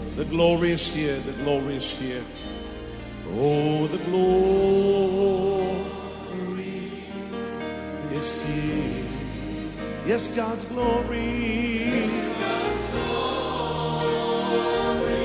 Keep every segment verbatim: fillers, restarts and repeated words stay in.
The glory is here. The glory is here. Oh, the glory is here. Yes, God's glory. Yes, God's glory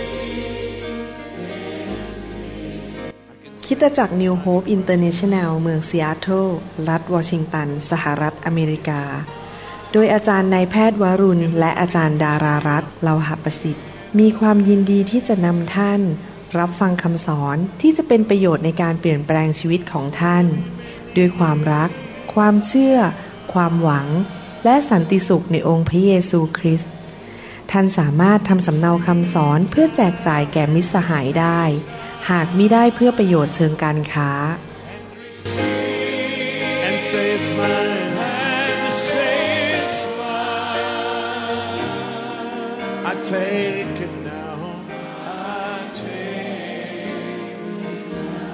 is here. คริสตจักร New Hope International เมืองซีแอตเทิลรัฐวอชิงตันสหรัฐอเมริกาโดยอาจารย์นายแพทย์วรุณและอาจารย์ดารารัตน์เลาหประสิทธิ์มีความยินดีที่จะนำท่านรับฟังคำสอนที่จะเป็นประโยชน์ในการเปลี่ยนแปลงชีวิตของท่านด้วยความรักความเชื่อความหวังและสันติสุขในองค์พระเยซูคริสต์ท่านสามารถทำสำเนาคำสอนเพื่อแจกจ่ายแก่มิตรสหายได้หากมิได้เพื่อประโยชน์เชิงการค้า And say it's mine. And say it's mine. I take it now. I take it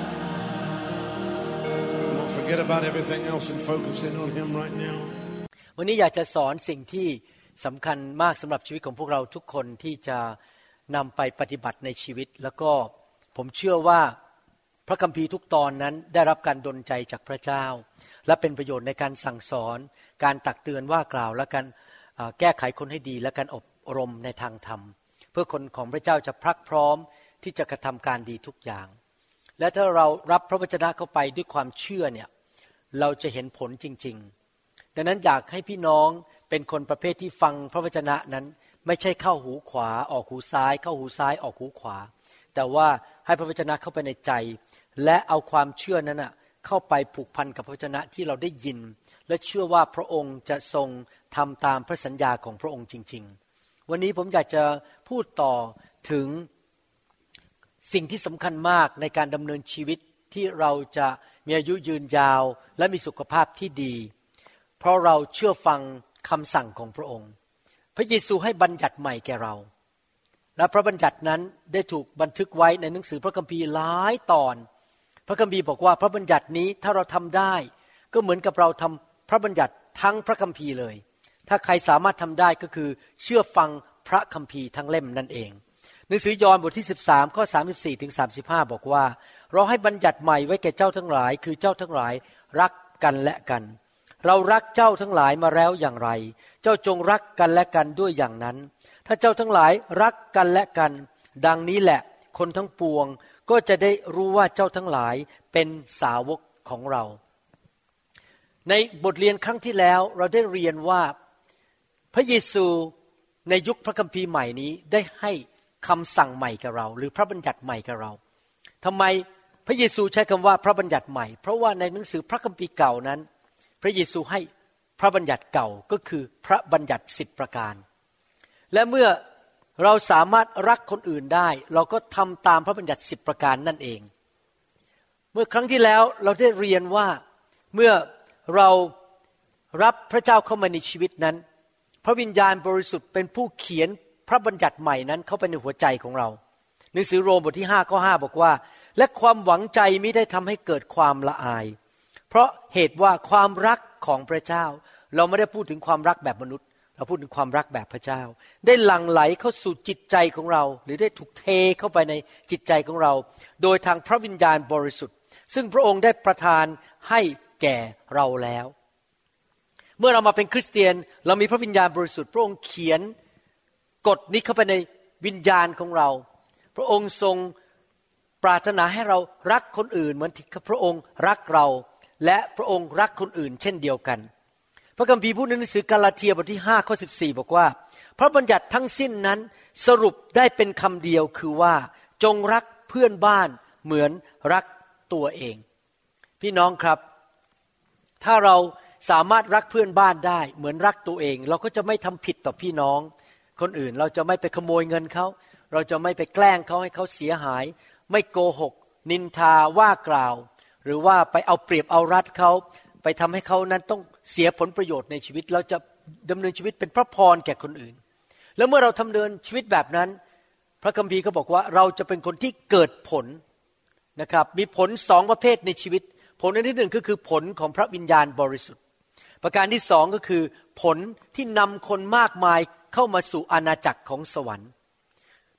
now. Don't forget about everything else and focus in on Him right now. วันนี้อยากจะสอนสิ่งที่สำคัญมากสำหรับชีวิตของพวกเราทุกคนที่จะนำไปปฏิบัติในชีวิตแล้วก็ผมเชื่อว่าพระคัมภีร์ทุกตอนนั้นได้รับการดลใจจากพระเจ้าและเป็นประโยชน์ในการสั่งสอนการตักเตือนว่ากล่าวและการแก้ไขคนให้ดีและการอบรมในทางธรรมเพื่อคนของพระเจ้าจะพรักพร้อมที่จะกระทำการดีทุกอย่างและถ้าเรารับพระวจนะเข้าไปด้วยความเชื่อเนี่ยเราจะเห็นผลจริงๆดังนั้นอยากให้พี่น้องเป็นคนประเภทที่ฟังพระวจนะนั้นไม่ใช่เข้าหูขวาออกหูซ้ายเข้าหูซ้ายออกหูขวาแต่ว่าให้พระวจนะเข้าไปในใจและเอาความเชื่อนั้นนะเข้าไปผูกพันกับพระวจนะที่เราได้ยินและเชื่อว่าพระองค์จะทรงทำตามพระสัญญาของพระองค์จริงๆวันนี้ผมอยากจะพูดต่อถึงสิ่งที่สำคัญมากในการดำเนินชีวิตที่เราจะมีอายุยืนยาวและมีสุขภาพที่ดีเพราะเราเชื่อฟังคำสั่งของพระองค์พระเยซูให้บัญญัติใหม่แก่เราและพระบัญญัตินั้นได้ถูกบันทึกไว้ในหนังสือพระคัมภีร์หลายตอนพระคัมภีร์บอกว่าพระบัญญัตินี้ถ้าเราทำได้ก็เหมือนกับเราทำพระบัญญัติทั้งพระคัมภีร์เลยถ้าใครสามารถทำได้ก็คือเชื่อฟังพระคัมภีร์ทั้งเล่มนั่นเองหนังสือยอห์นบทที่สิบสามข้อสามสิบสี่ถึงสามสิบห้าบอกว่าเราให้บัญญัติใหม่ไว้แก่เจ้าทั้งหลายคือเจ้าทั้งหลายรักกันและกันเรารักเจ้าทั้งหลายมาแล้วอย่างไรเจ้าจงรักกันและกันด้วยอย่างนั้นถ้าเจ้าทั้งหลายรักกันและกันดังนี้แหละคนทั้งปวงก็จะได้รู้ว่าเจ้าทั้งหลายเป็นสาวกของเราในบทเรียนครั้งที่แล้วเราได้เรียนว่าพระเยซูในยุคพระคัมภีร์ใหม่นี้ได้ให้คำสั่งใหม่กับเราหรือพระบัญญัติใหม่กับเราทำไมพระเยซูใช้คำว่าพระบัญญัติใหม่เพราะว่าในหนังสือพระคัมภีร์เก่านั้นพระเยซูให้พระบัญญัติเก่าก็คือพระบัญญัติสิบประการและเมื่อเราสามารถรักคนอื่นได้เราก็ทำตามพระบัญญัติสิบประการนั่นเองเมื่อครั้งที่แล้วเราได้เรียนว่าเมื่อเรารับพระเจ้าเข้ามาในชีวิตนั้นพระวิญญาณบริสุทธิ์เป็นผู้เขียนพระบัญญัติใหม่นั้นเข้าไปในหัวใจของเราหนังสือโรมบทที่ห้าข้อห้าบอกว่าและความหวังใจมิได้ทำให้เกิดความละอายเพราะเหตุว่าความรักของพระเจ้าเราไม่ได้พูดถึงความรักแบบมนุษย์เราพูดถึงความรักแบบพระเจ้าได้หลั่งไหลเข้าสู่จิตใจของเราหรือได้ถูกเทเข้าไปในจิตใจของเราโดยทางพระวิญญาณบริสุทธิ์ซึ่งพระองค์ได้ประทานให้แก่เราแล้วเมื่อเรามาเป็นคริสเตียนเรามีพระวิญญาณบริสุทธิ์พระองค์เขียนกฎนี้เข้าไปในวิญญาณของเราพระองค์ทรงปรารถนาให้เรารักคนอื่นเหมือนที่พระองค์รักเราและพระองค์รักคนอื่นเช่นเดียวกันพระคัมภีร์พูดในหนังสือกาลาเทียบทที่ห้าข้อสิบสี่บอกว่าพระบัญญัติทั้งสิ้นนั้นสรุปได้เป็นคำเดียวคือว่าจงรักเพื่อนบ้านเหมือนรักตัวเองพี่น้องครับถ้าเราสามารถรักเพื่อนบ้านได้เหมือนรักตัวเองเราก็จะไม่ทำผิดต่อพี่น้องคนอื่นเราจะไม่ไปขโมยเงินเขาเราจะไม่ไปแกล้งเขาให้เขาเสียหายไม่โกหกนินทาว่ากล่าวหรือว่าไปเอาเปรียบเอารัดเขาไปทำให้เขานั้นต้องเสียผลประโยชน์ในชีวิตเราจะดำเนินชีวิตเป็นพระพรแก่คนอื่นแล้วเมื่อเราดำเนินชีวิตแบบนั้นพระคัมภีร์ก็บอกว่าเราจะเป็นคนที่เกิดผลนะครับมีผลสองประเภทในชีวิตผลอันที่หนึ่งก็คือผลของพระวิญญาณบริสุทธิ์ประการที่สองก็คือผลที่นำคนมากมายเข้ามาสู่อาณาจักรของสวรรค์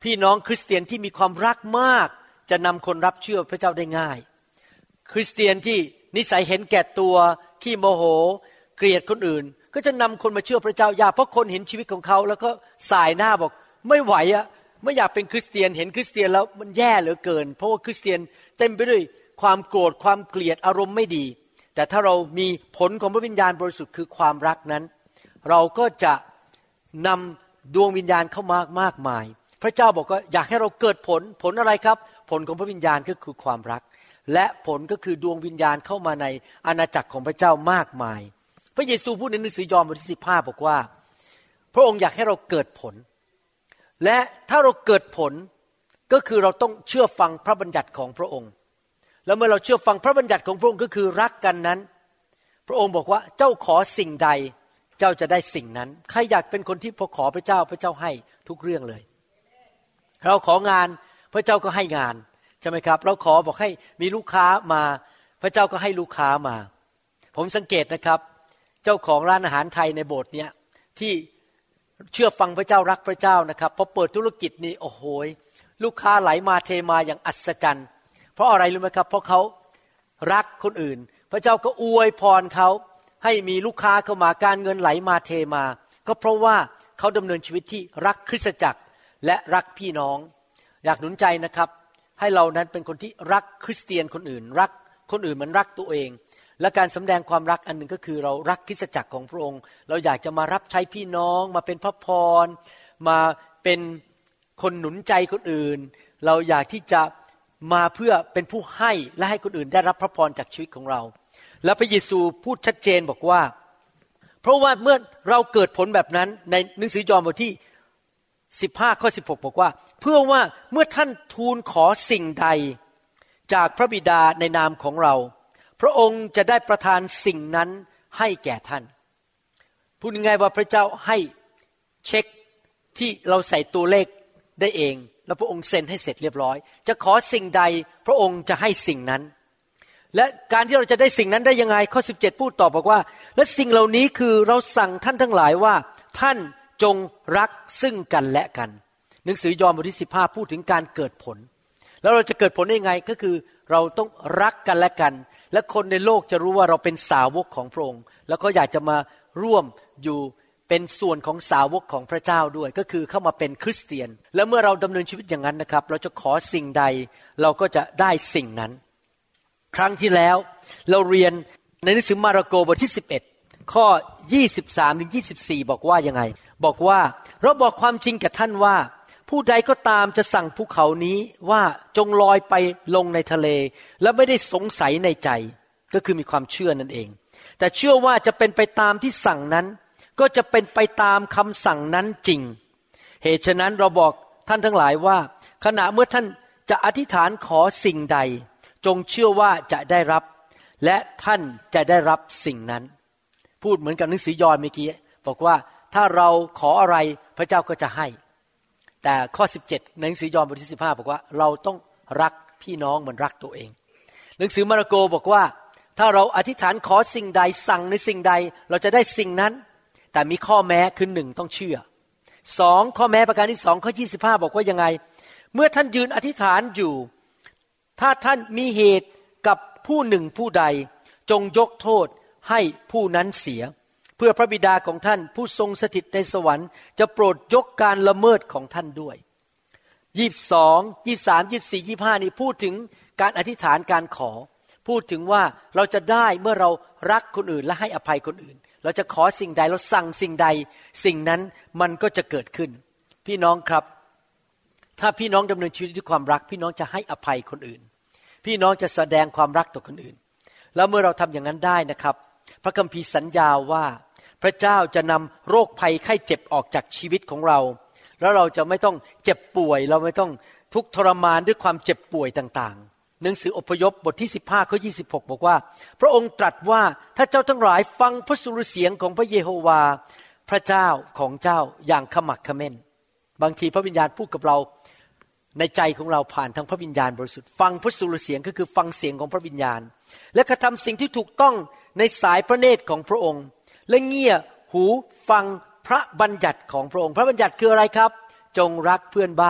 พี่น้องคริสเตียนที่มีความรักมากจะนำคนรับเชื่อพระเจ้าได้ง่ายคริสเตียนที่นิสัยเห็นแก่ตัวขี้โมโหเกลียดคนอื่นก็จะนำคนมาเชื่อพระเจ้ายากเพราะคนเห็นชีวิตของเขาแล้วก็สายหน้าบอกไม่ไหวอะไม่อยากเป็นคริสเตียนเห็นคริสเตียนแล้วมันแย่เหลือเกินเพราะว่าคริสเตียนเต็มไปด้วยความโกรธความเกลียดอารมณ์ไม่ดีแต่ถ้าเรามีผลของพระวิญญาณบริสุทธิ์คือความรักนั้นเราก็จะนำดวงวิญญาณเข้ามามากมายพระเจ้าบอกว่าอยากให้เราเกิดผลผลอะไรครับผลของพระวิญญาณก็คือความรักและผลก็คือดวงวิญญาณเข้ามาในอาณาจักรของพระเจ้ามากมายพระเยซูพูดในหนังสือยอห์นบทที่สิบห้าบอกว่าพระองค์อยากให้เราเกิดผลและถ้าเราเกิดผลก็คือเราต้องเชื่อฟังพระบัญญัติของพระองค์แล้วเมื่อเราเชื่อฟังพระบัญญัติของพระองค์ก็คือรักกันนั้นพระองค์บอกว่าเจ้าขอสิ่งใดเจ้าจะได้สิ่งนั้นใครอยากเป็นคนที่พอขอพระเจ้าพระเจ้าให้ทุกเรื่องเลยเราของานพระเจ้าก็ให้งานใช่ไหมครับเราขอบอกให้มีลูกค้ามาพระเจ้าก็ให้ลูกค้ามาผมสังเกตนะครับเจ้าของร้านอาหารไทยในโบสถ์เนี้ยที่เชื่อฟังพระเจ้ารักพระเจ้านะครับพอเปิดธุรกิจนี่โอ้โหลูกค้าไหลมาเทมาอย่างอัศจรรย์เพราะอะไรรู้ไหมครับเพราะเขารักคนอื่นพระเจ้าก็อวยพรเขาให้มีลูกค้าเข้ามาการเงินไหลมาเทมาก็เพราะว่าเขาดำเนินชีวิตที่รักคริสตจักรและรักพี่น้องอยากหนุนใจนะครับให้เรานั้นเป็นคนที่รักคริสเตียนคนอื่นรักคนอื่นเหมือนรักตัวเองและการสำแดงความรักอันหนึ่งก็คือเรารักคริสตจักรของพระองค์เราอยากจะมารับใช้พี่น้องมาเป็นพระพรมาเป็นคนหนุนใจคนอื่นเราอยากที่จะมาเพื่อเป็นผู้ให้และให้คนอื่นได้รับพระพรจากชีวิตของเราและพระเยซูพูดชัดเจนบอกว่าเพราะว่าเมื่อเราเกิดผลแบบนั้นในหนังสือยอห์นบทที่สิบห้าข้อสิบหกบอกว่าเพื่อว่าเมื่อท่านทูลขอสิ่งใดจากพระบิดาในนามของเราพระองค์จะได้ประทานสิ่งนั้นให้แก่ท่านพูดง่ายๆว่าพระเจ้าให้เช็คที่เราใส่ตัวเลขได้เองแล้วพระองค์เซ็นให้เสร็จเรียบร้อยจะขอสิ่งใดพระองค์จะให้สิ่งนั้นและการที่เราจะได้สิ่งนั้นได้ยังไงข้อสิบเจ็ดพูดต่อบอกว่าและสิ่งเหล่านี้คือเราสั่งท่านทั้งหลายว่าท่านจงรักซึ่งกันและกันหนังสือยอห์นบทที่สิบห้าพูดถึงการเกิดผลแล้วเราจะเกิดผลได้ยังไงก็คือเราต้องรักกันและกันและคนในโลกจะรู้ว่าเราเป็นสาวกของพระองค์แล้วก็อยากจะมาร่วมอยู่เป็นส่วนของสาวกของพระเจ้าด้วยก็คือเข้ามาเป็นคริสเตียนและเมื่อเราดำเนินชีวิตอย่างนั้นนะครับเราจะขอสิ่งใดเราก็จะได้สิ่งนั้นครั้งที่แล้วเราเรียนในหนังสือมาระโกบทที่สิบเอ็ดข้อยี่สิบสามถึงยี่สิบสี่บอกว่ายังไงบอกว่าเราบอกความจริงแก่ท่านว่าผู้ใดก็ตามจะสั่งภูเขานี้ว่าจงลอยไปลงในทะเลและไม่ได้สงสัยในใจก็คือมีความเชื่อนั่นเองแต่เชื่อว่าจะเป็นไปตามที่สั่งนั้นก็จะเป็นไปตามคำสั่งนั้นจริงเหตุฉะนั้นเราบอกท่านทั้งหลายว่าขณะเมื่อท่านจะอธิษฐานขอสิ่งใดจงเชื่อว่าจะได้รับและท่านจะได้รับสิ่งนั้นพูดเหมือนกับหนังสือยอห์นเมื่อกี้บอกว่าถ้าเราขออะไรพระเจ้าก็จะให้แต่ข้อสิบเจ็ดในหนังสือยอห์นบทที่สิบห้าบอกว่าเราต้องรักพี่น้องเหมือนรักตัวเองหนังสือมาระโกบอกว่าถ้าเราอธิษฐานขอสิ่งใดสั่งในสิ่งใดเราจะได้สิ่งนั้นแต่มีข้อแม้คือหนึ่งต้องเชื่อสองข้อแม้ประการที่สองข้อยี่สิบห้าบอกว่ายังไงเมื่อท่านยืนอธิษฐานอยู่ถ้าท่านมีเหตุกับผู้หนึ่งผู้ใดจงยกโทษให้ผู้นั้นเสียเพื่อพระบิดาของท่านผู้ทรงสถิตในสวรรค์จะโปรดยกการละเมิดของท่านด้วยยี่สิบสองยี่สิบสามยี่สิบสี่ยี่สิบห้านี่พูดถึงการอธิษฐานการขอพูดถึงว่าเราจะได้เมื่อเรารักคนอื่นและให้อภัยคนอื่นเราจะขอสิ่งใดเราสั่งสิ่งใดสิ่งนั้นมันก็จะเกิดขึ้นพี่น้องครับถ้าพี่น้องดำเนินชีวิตด้วยความรักพี่น้องจะให้อภัยคนอื่นพี่น้องจะแสดงความรักต่อคนอื่นแล้วเมื่อเราทำอย่างนั้นได้นะครับพระคัมภีร์สัญญาว่าพระเจ้าจะนำโรคภัยไข้เจ็บออกจากชีวิตของเราแล้วเราจะไม่ต้องเจ็บป่วยเราไม่ต้องทุกข์ทรมานด้วยความเจ็บป่วยต่างๆหนังสืออพยพบทที่สิบห้าข้อยี่สิบหกบอกว่าพระองค์ตรัสว่าถ้าเจ้าทั้งหลายฟังพระสุรเสียงของพระเยโฮวาพระเจ้าของเจ้าอย่างขมักเขม้นบางทีพระวิญญาณพูดกับเราในใจของเราผ่านทางพระวิญญาณบริสุทธิ์ฟังพระสุรเสียงก็คือฟังเสียงของพระวิญญาณและกระทำสิ่งที่ถูกต้องในสายพระเนตรของพระองค์และเงี่ยหูฟังพระบัญญัติของพระองค์พระบัญญัติคืออะไรครับจงรักเพื่อนบ้าน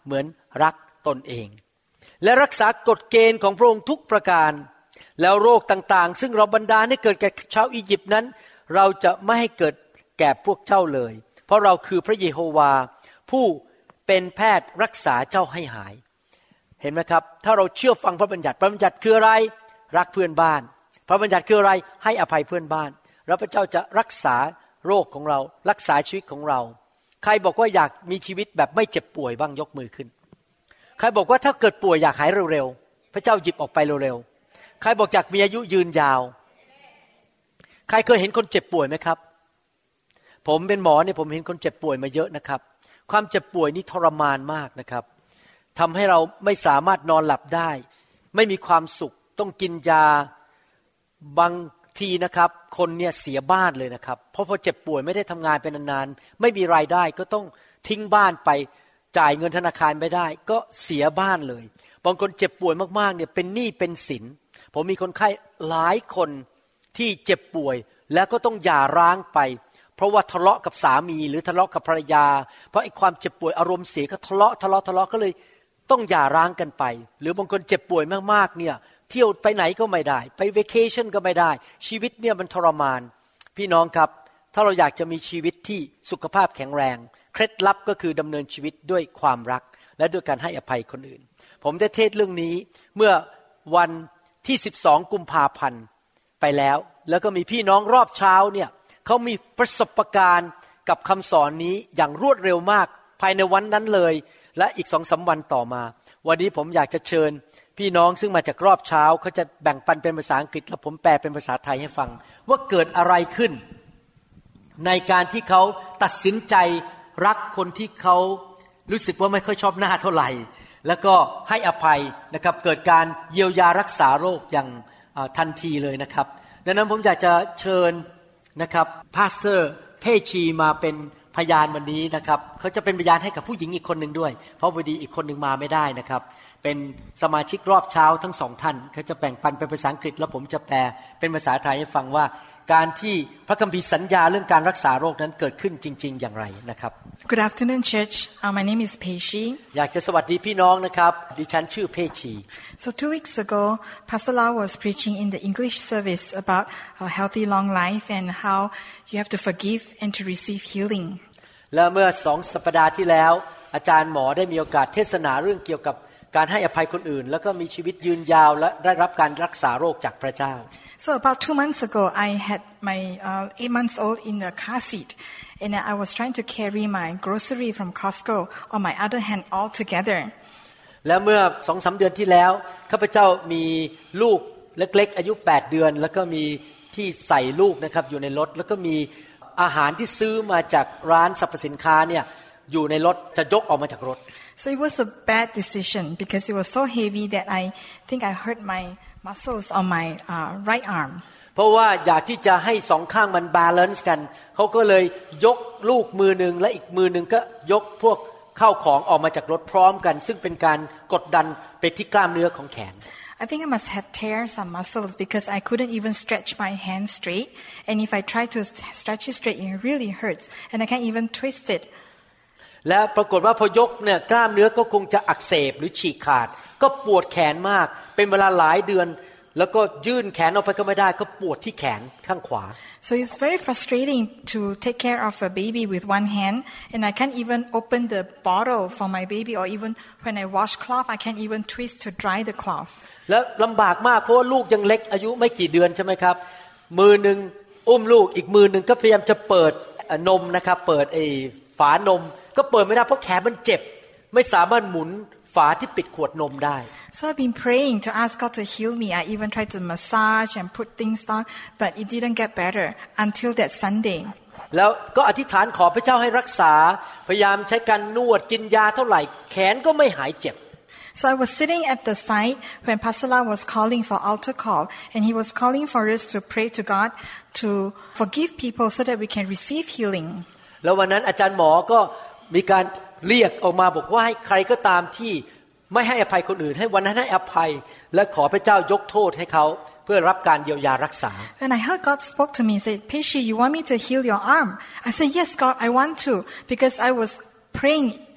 เหมือนรักตนเองและรักษากฎเกณฑ์ของพระองค์ทุกประการแล้วโรคต่างๆซึ่งเราบันดาลให้เกิดแก่ชาวอียิปต์นั้นเราจะไม่ให้เกิดแก่พวกเจ้าเลยเพราะเราคือพระเยโฮวาผู้เป็นแพทย์รักษาเจ้าให้หายเห็นไหมครับถ้าเราเชื่อฟังพระบัญญัติพระบัญญัติคืออะไรรักเพื่อนบ้านพระบัญญัติคืออะไรให้อภัยเพื่อนบ้านแล้วพระเจ้าจะรักษาโรคของเรารักษาชีวิตของเราใครบอกว่าอยากมีชีวิตแบบไม่เจ็บป่วยบ้างยกมือขึ้นใครบอกว่าถ้าเกิดป่วยอยากหายเร็วๆพระเจ้าหยิบออกไปเร็วๆใครบอกอยากมีอายุยืนยาวใครเคยเห็นคนเจ็บป่วยไหมครับผมเป็นหมอเนี่ยผมเห็นคนเจ็บป่วยมาเยอะนะครับความเจ็บป่วยนี่ทรมานมากนะครับทำให้เราไม่สามารถนอนหลับได้ไม่มีความสุขต้องกินยาบางทีนะครับคนเนี่ยเสียบ้านเลยนะครับเพราะพอเจ็บป่วยไม่ได้ทำงานเป็นนานๆไม่มีรายได้ก็ต้องทิ้งบ้านไปจ่ายเงินธนาคารไม่ได้ก็เสียบ้านเลยบางคนเจ็บป่วยมากๆเนี่ยเป็นหนี้เป็นสินผมมีคนไข้หลายคนที่เจ็บป่วยแล้วก็ต้องหย่าร้างไปเพราะว่าทะเลาะกับสามีหรือทะเลาะกับภรรยาเพราะไอ้ความเจ็บป่วยอารมณ์เสียก็ทะเลาะทะเลาะทะเลาะก็เลยต้องหย่าร้างกันไปหรือบางคนเจ็บป่วยมากๆเนี่ยเที่ยวไปไหนก็ไม่ได้ไปเวเคชั่นก็ไม่ได้ชีวิตเนี่ยมันทรมานพี่น้องครับถ้าเราอยากจะมีชีวิตที่สุขภาพแข็งแรงเคล็ดลับก็คือดำเนินชีวิตด้วยความรักและด้วยการให้อภัยคนอื่นผมได้เทศเรื่องนี้เมื่อวันที่สิบสองกุมภาพันธ์ไปแล้วแล้วก็มีพี่น้องรอบเช้าเนี่ยเขามีประสบการณ์กับคำสอนนี้อย่างรวดเร็วมากภายในวันนั้นเลยและอีก สองถึงสาม วันต่อมาวันนี้ผมอยากจะเชิญพี่น้องซึ่งมาจากรอบเช้าเขาจะแบ่งปันเป็นภาษาอังกฤษแล้วผมแปลเป็นภาษาไทยให้ฟังว่าเกิดอะไรขึ้นในการที่เขาตัดสินใจรักคนที่เขารู้สึกว่าไม่ค่อยชอบหน้าเท่าไหร่แล้วก็ให้อภัยนะครับเกิดการเยียวยารักษาโรคอย่างทันทีเลยนะครับดังนั้นผมอยากจะเชิญนะครับพาสเตอร์เพชีมาเป็นพยานวันนี้นะครับเขาจะเป็นพยานให้กับผู้หญิงอีกคนหนึ่งด้วยเพราะพอดีอีกคนหนึ่งมาไม่ได้นะครับเป็นสมาชิกรอบเช้าทั้งสองท่านเขาจะแบ่งปันเป็นภาษาอังกฤษแล้วผมจะแปลเป็นภาษาไทยให้ฟังว่าการที่พระคัมภีร์สัญญาเรื่องการรักษาโรคนั้นเกิดขึ้นจริงๆอย่างไรนะครับ Good afternoon, church. Uh, my name is Pei Chi. อยากจะสวัสดีพี่น้องนะครับดิฉันชื่อเพชี So two weeks ago, Pastor Lau was preaching in the English service about a healthy long life and how you have to forgive and to receive healing. และเมื่อสองสัปดาห์ที่แล้วอาจารย์หมอได้มีโอกาสเทศนาเรื่องเกี่ยวกับการให้อภัยคนอื่นแล้วก็มีชีวิตยืนยาวและได้รับการรักษาโรคจากพระเจ้า So about two months ago, I had my uh, eight months old in the car seat, and I was trying to carry my grocery from Costco on my other hand all together. และเมื่อ สองถึงสาม เดือนที่แล้วข้าพเจ้ามีลูกเล็กๆอายุแปดเดือนแล้วก็มีที่ใส่ลูกนะครับอยู่ในรถแล้วก็มีอาหารที่ซื้อมาจากร้านสรรพสินค้าเนี่ยอยู่ในรถจะยกออกมาจากรถ So it was a bad decision because it was so heavy that I think I hurt my muscles on my uh, right arm. เพราะว่าอยากที่จะให้สองข้างมันบาลานซ์กันเขาก็เลยยกลูกมือนึงและอีกมือนึงก็ยกพวกข้าวของออกมาจากรถพร้อมกันซึ่งเป็นการกดดันไปที่กล้ามเนื้อของแขน I think I must have tear some muscles because I couldn't even stretch my hand straight, and if I try to stretch it straight, it really hurts, and I can't even twist it. และปรากฏว่าพอยกเนี่ยกล้ามเนื้อก็คงจะอักเสบหรือฉีกขาดก็ปวดแขนมากเป็นเวลาหลายเดือนแล้วก็ยื่นแขนออกไปก็ไม่ได้ก็ปวดที่แขนข้างขวา So it's very frustrating to take care of a baby with one hand, and I can't even open the bottle for my baby, or even when I wash cloth, I can't even twist to dry the cloth. และลำบากมากเพราะว่าลูกยังเล็กอายุไม่กี่เดือนใช่ไหมครับมือหนึ่งอุ้มลูกอีกมือหนึ่งก็พยายามจะเปิดนมนะครับเปิดไอ้ฝานมก็เปิดไม่ได้เพราะแขนมันเจ็บไม่สามารถหมุนฝาที่ปิดขวดนมได้ So I've been praying to ask God to heal me. I even tried to massage and put things down, but it didn't get better until that Sunday. แล้วก็อธิษฐานขอพระเจ้าให้รักษาพยายามใช้การนวดกินยาเท่าไหร่แขนก็ไม่หายเจ็บ So I was sitting at the side when Pastor La was calling for altar call, and he was calling for us to pray to God to forgive people so that we can receive healing. แล้ววันนั้นอาจารย์หมอก็มีการเรียกออกมาบอกว่าให้ใครก็ตามที่ไม่ให้อภัยคนอื่นให้วันนั้นให้อภัยและขอพระเจ้ายกโทษให้เขาเพื่อรับการเยียวยารักษา And I heard God spoke to me and said, Peishi, you want me to heal your arm? I said, yes, God, I want to, because I was praying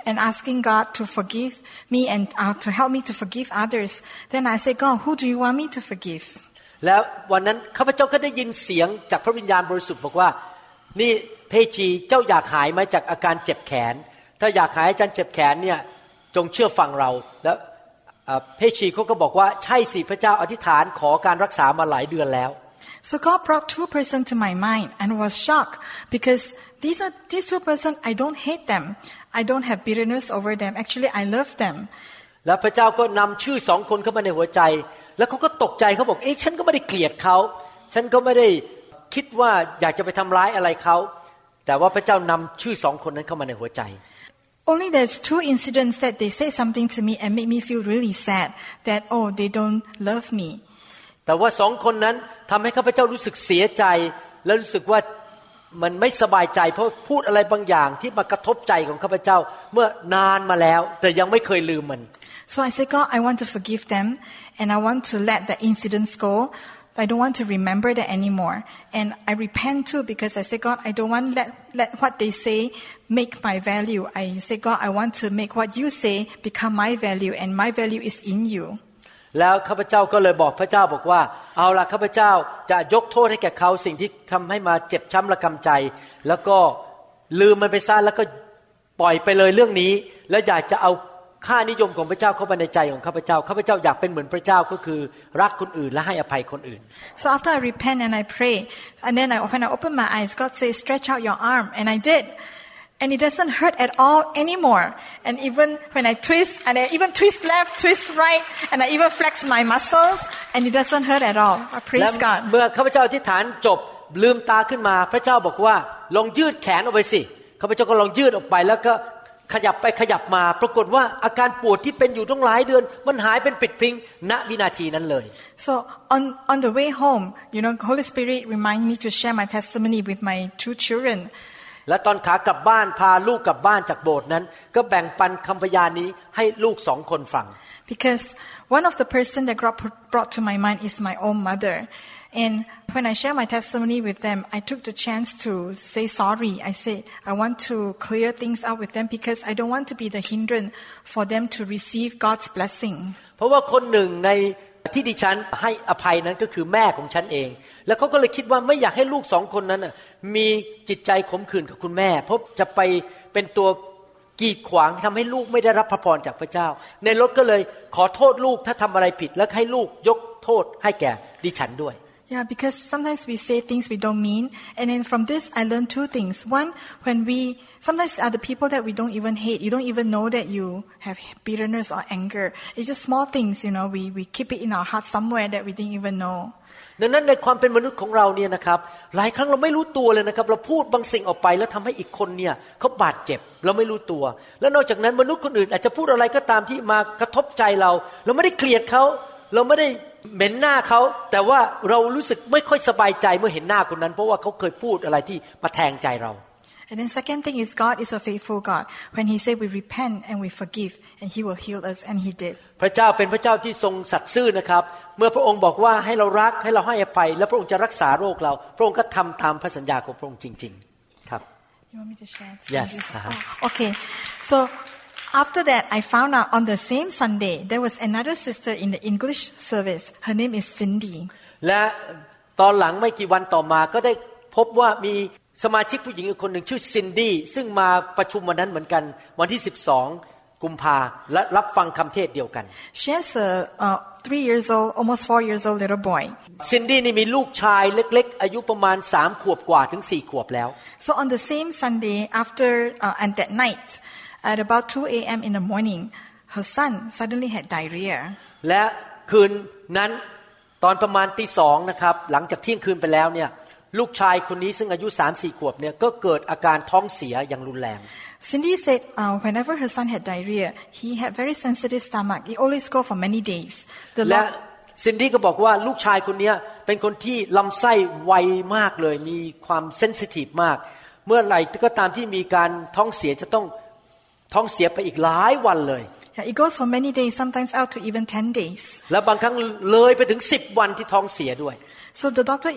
and asking God to forgive me and uh, to help me to forgive others, then I say, God, who do you want me to forgive? แล้ววันนั้นข้าพเจ้าก็ได้ยินเสียงจากพระวิญญาณบริสุทธิ์บอกว่านี่เพชีเจ้าอยากหายไหมจากอาการเจ็บแขนถ้าอยากหายอาการเจ็บแขนเนี่ยจงเชื่อฟังเราแล้วเพชีเขาก็บอกว่าใช่สิพระเจ้าอธิษฐานขอการรักษามาหลายเดือนแล้ว So God brought two persons to my mind and was shocked because these are these two persons I don't hate them I don't have bitterness over them actually I love them แล้วพระเจ้าก็นำชื่อสองคนเข้ามาในหัวใจแล้วเขาก็ตกใจเขาบอกเอ๊ะฉันก็ไม่ได้เกลียดเขาฉันก็ไม่ได้คิดว่าอยากจะไปทำร้ายอะไรเขาแต่ว่าพระเจ้านำชื่อสองคนนั้นเข้ามาในหัวใจ Only there's two incidents that they say something to me and make me feel really sad that oh they don't love me แต่ว่าสองคนนั้นทำให้ข้าพเจ้ารู้สึกเสียใจและรู้สึกว่ามันไม่สบายใจเพราะพูดอะไรบางอย่างที่มากระทบใจของข้าพเจ้าเมื่อนานมาแล้วแต่ยังไม่เคยลืมมัน So I said God I want to forgive them and I want to let the incidents go I don't want to remember that anymore and I repent too because I say God I don't want let let what they say make my value I say God I want to make what you say become my value and my value is in you แล้วข้าพเจ้าก็เลยบอกพระเจ้าบอกว่าเอาล่ะข้าพเจ้าจะยกโทษให้แก่เขาสิ่งที่ทำให้มาเจ็บช้ำระกำใจแล้วก็ลืมมันไปซะแล้วก็ปล่อยไปเลยเรื่องนี้แล้วอยากจะเอาค่านิยมของพระเจ้าเข้าไปในใจของข้าพเจ้าข้าพเจ้าอยากเป็นเหมือนพระเจ้าก็คือรักคนอื่นและให้อภัยคนอื่น So after I repent and I pray and then I when I open my eyes God says stretch out your arm and I did and it doesn't hurt at all anymore and even when I twist and I even twist left twist right and I even flex my muscles and it doesn't hurt at all I praise God เมื่อข้าพเจ้าอธิษฐานจบลืมตาขึ้นมาพระเจ้าบอกว่าลองยืดแขนออกไปสิข้าพเจ้าก็ลองยืดออกไปแล้วก็ขยับไปขยับมาปรากฏว่าอาการปวดที่เป็นอยู่ตั้งหลายเดือนมันหายเป็นปลิดทิ้งณวินาทีนั้นเลย So on on the way home you know Holy Spirit remind me to share my testimony with my two children และตอนขากลับบ้านพาลูกกลับบ้านจากโบสถ์นั้นก็แบ่งปันคำพยานนี้ให้ลูกสองคนฟัง Because one of the person that God brought to my mind is my own mother and when I share my testimony with them I took the chance to say sorry I said I want to clear things out with them because I don't want to be the hindrance for them to receive God's blessing เพราะว่าคนหนึ่งในที่ดิฉันให้อภัยนั้นก็คือแม่ของฉันเองแล้วเขาก็เลยคิดว่าไม่อยากให้ลูกสองคนนั้นมีจิตใจขมขื่นกับคุณแม่เพราะจะไปเป็นตัวกีดขวางทำให้ลูกไม่ได้รับพระพรจากพระเจ้าในรถก็เลยขอโทษลูกถ้าทำอะไรผิดแล้วให้ลูกยกโทษให้แก่ดิฉันด้วย Yeah, because sometimes we say things we don't mean, and then from this I learned two things. One, when we sometimes are the people that we don't even hate, you don't even know that you have bitterness or anger. It's just small things, you know. We we keep it in our heart somewhere that we didn't even know. ดังนั้นในความเป็นมนุษย์ของเราเนี่ยนะครับหลายครั้งเราไม่รู้ตัวเลยนะครับเราพูดบางสิ่งออกไปแล้วทำให้อีกคนเนี่ยเขาบาดเจ็บเราไม่รู้ตัวแล้วนอกจากนั้นมนุษย์คนอื่นอาจจะพูดอะไรก็ตามที่มากระทบใจเราเราไม่ได้เกลียดเขาเราไม่ได้เหม็นหน้าเขาแต่ว่าเรารู้สึกไม่ค่อยสบายใจเมื่อเห็นหน้าคนนั้นเพราะว่าเขาเคยพูดอะไรที่มาแทงใจเรา And then second thing is God is a faithful God. When He said we repent and we forgive, and He will heal us, and He did. พระเจ้าเป็นพระเจ้าที่ทรงสัตย์ซื่อนะครับเมื่อพระองค์บอกว่าให้เรารักให้เราให้อภัยและพระองค์จะรักษาโรคเราพระองค์ก็ทำตามพระสัญญาของพระองค์จริงๆครับ You want me to share? Yes. Uh-huh. Oh, okay. So after that, I found out on the same Sunday there was another sister in the English service. Her name is Cindy. และตอนหลังไม่กี่วันต่อมาก็ได้พบว่ามีสมาชิกผู้หญิงอีกคนหนึ่งชื่อซินดี้ซึ่งมาประชุมวันนั้นเหมือนกันวันที่สิบสองกุมภาและรับฟังคำเทศเดียวกัน She has a uh, three years old, almost four years old little boy. ซินดี้นี่มีลูกชายเล็กๆอายุประมาณสามขวบกว่าถึงสี่ขวบแล้ว So on the same Sunday after uh, and that night at about two a.m. in the morning, her son suddenly had diarrhea. และคืนนั้นตอนประมาณตีสองนะครับหลังจากเที่ยงคืนไปแล้วเนี่ยลูกชายคนนี้ซึ่งอายุ สามสี่ ขวบเนี่ยก็เกิดอาการท้องเสียอย่างรุนแรง Cindy said uh, whenever her son had diarrhea, he had very sensitive stomach. It always go for many days. The และ Lord, ซินดี้ก็บอกว่าลูกชายคนนี้เป็นคนที่ลำไส้ไวมากเลยมีความเซนซิทีฟมากเมื่อไหร่ก็ตามที่มีการท้องเสียจะต้องท้องเสียไปอีกหลายวันเลย yeah, it goes for many days, sometimes out to even ten days. และบางครั้งเลยไปถึงสิบวันที่ท้องเสียด้วย So the doctor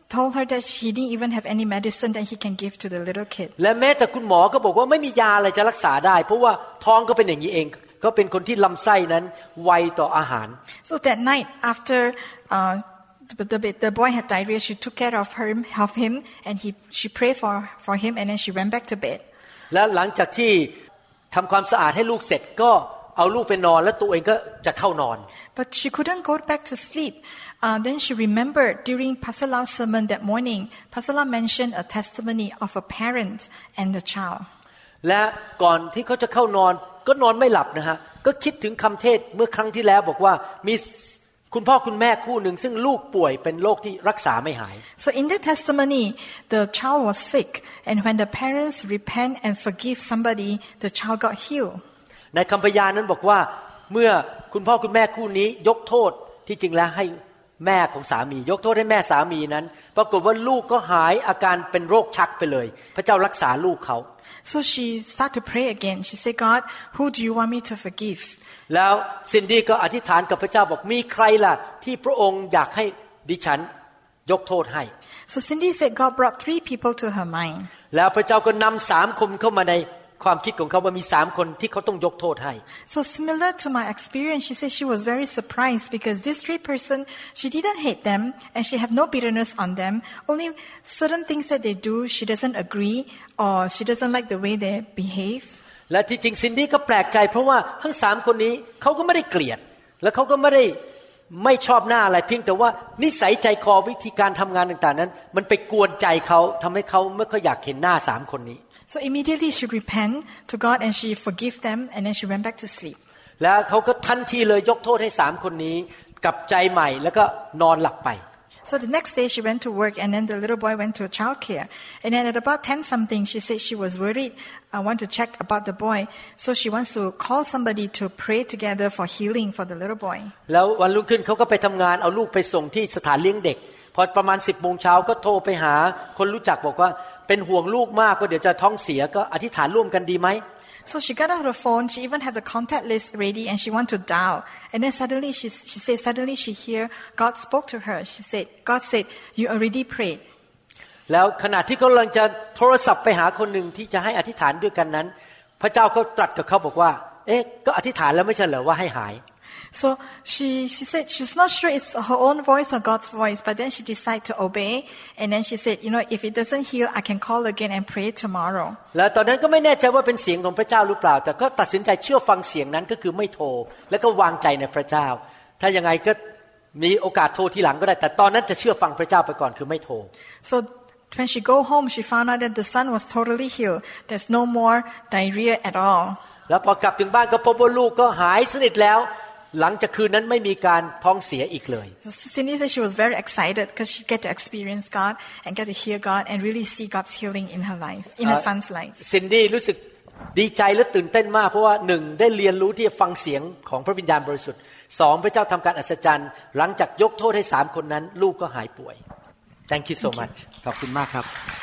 told her that she didn't even have any medicine that he can give to the little kid. และแม้แต่คุณหมอก็บอกว่าไม่มียาอะไรจะรักษาได้เพราะว่าท้องก็เป็นอย่างนี้เองก็เป็นคนที่ลำไส้นั้นไวต่ออาหาร So that night after uh, the, the the boy had diarrhea, she took care of him, of him, and he she prayed for for him, and then she went back to bed. และหลังจากที่ทำความสะอาดให้ลูกเสร็จก็เอาลูกไปนอนแล้วตัวเองก็จะเข้านอน But she couldn't go back to sleep. Uh, then she remembered during Pastor Lau's sermon that morning, Pastor Lau mentioned a testimony of a parent and the child. และก่อนที่เขาจะเข้านอนก็นอนไม่หลับนะฮะก็คิดถึงคำเทศเมื่อครั้งที่แล้วบอกว่ามีคุณพ่อคุณแม่คู่หนึ่งซึ่งลูกป่วยเป็นโรคที่รักษาไม่หาย So in that testimony, the child was sick, and when the parents repent and forgive somebody, the child got healed. ในคำพยานนั้นบอกว่าเมื่อคุณพ่อคุณแม่คู่นี้ยกโทษที่จริงแล้วให้แม่ของสามียกโทษให้แม่สามีนั้นปรากฏว่าลูกก็หายอาการเป็นโรคชักไปเลยพระเจ้ารักษาลูกเขา So she started to pray again. She said, God, who do you want me to forgive? แล้วซินดี้ก็อธิษฐานกับพระเจ้าบอกมีใครล่ะที่พระองค์อยากให้ดิฉันยกโทษให้ So Cindy said God brought three people to her mind. แล้วพระเจ้าก็นำสามคนเข้ามาในความคิดของเขาว่ามีสามคนที่เขาต้องยกโทษให้ So similar to my experience, she said she was very surprised because these three person, she didn't hate them and she have no bitterness on them. Only certain things that they do, she doesn't agree or she doesn't like the way they behave. และที่จริงซินดี้ก็แปลกใจเพราะว่าทั้งสามคนนี้เขาก็ไม่ได้เกลียดและเขาก็ไม่ได้ไม่ชอบหน้าอะไรเพียงแต่ว่านิสัยใจคอวิธีการทำงานต่างๆนั้นมันไปกวนใจเขาทำให้เขาไม่ค่อยอยากเห็นหน้าสามคนนี้ So immediately she repent to God and she forgive them and then she went back to sleep. แล้วเขาก็ทันทีเลยยกโทษให้สามคนนี้กลับใจใหม่แล้วก็นอนหลับไป So the next day she went to work and then the little boy went to a child care. And then at about ten something she said she was worried. I want to check about the boy. So she wants to call somebody to pray together for healing for the little boy. แล้ววันรุ่งขึ้นเขาก็ไปทำงานเอาลูกไปส่งที่สถานเลี้ยงเด็กพอประมาณสิบโมงเช้าก็โทรไปหาคนรู้จักบอกว่าเป็นห่วงลูกมากว่าเดี๋ยวจะท้องเสียก็อธิษฐานร่วมกันดีไหม So she got out the phone. She even had the contact list ready and she wanted to dial. And then suddenly she she said suddenly she hear God spoke to her. She said God said you already prayed. แล้วขณะที่เขากำลังจะโทรศัพท์ไปหาคนหนึ่งที่จะให้อธิษฐานด้วยกันนั้นพระเจ้าก็ตรัสกับเขาบอกว่าเอ๊ะก็อธิษฐานแล้วไม่ใช่เหรอว่าให้หาย So she she said she's not sure it's her own voice or God's voice, but then she decided to obey, and then she said, you know, if it doesn't heal, I can call again and pray tomorrow. แล้วตอนนั้นก็ไม่แน่ใจว่าเป็นเสียงของพระเจ้าหรือเปล่าแต่ก็ตัดสินใจเชื่อฟังเสียงนั้นก็คือไม่โทรแล้วก็วางใจในพระเจ้าถ้ายังไงก็มีโอกาสโทรทีหลังก็ได้แต่ตอนนั้นจะเชื่อฟังพระเจ้าไปก่อนคือไม่โทร So when she go home, she found out that the son was totally healed. There's no more diarrhea at all. แล้วพอกลับถึงบ้านก็พบว่าลูกก็หายสนิทแล้วหลังจากคืนนั้นไม่มีการท้องเสียอีกเลย Cindy said she was very excited because she get to experience God and get to hear God and really see God's healing in her life, in her son's life. Cindy รู้สึกดีใจและตื่นเต้นมากเพราะว่าหนึ่งได้เรียนรู้ที่จะฟังเสียงของพระวิญญาณบริสุทธิ์สองพระเจ้าทำการอัศจรรย์หลังจากยกโทษให้สามคนนั้นลูกก็หายป่วย Thank you so much ขอบคุณมากครับ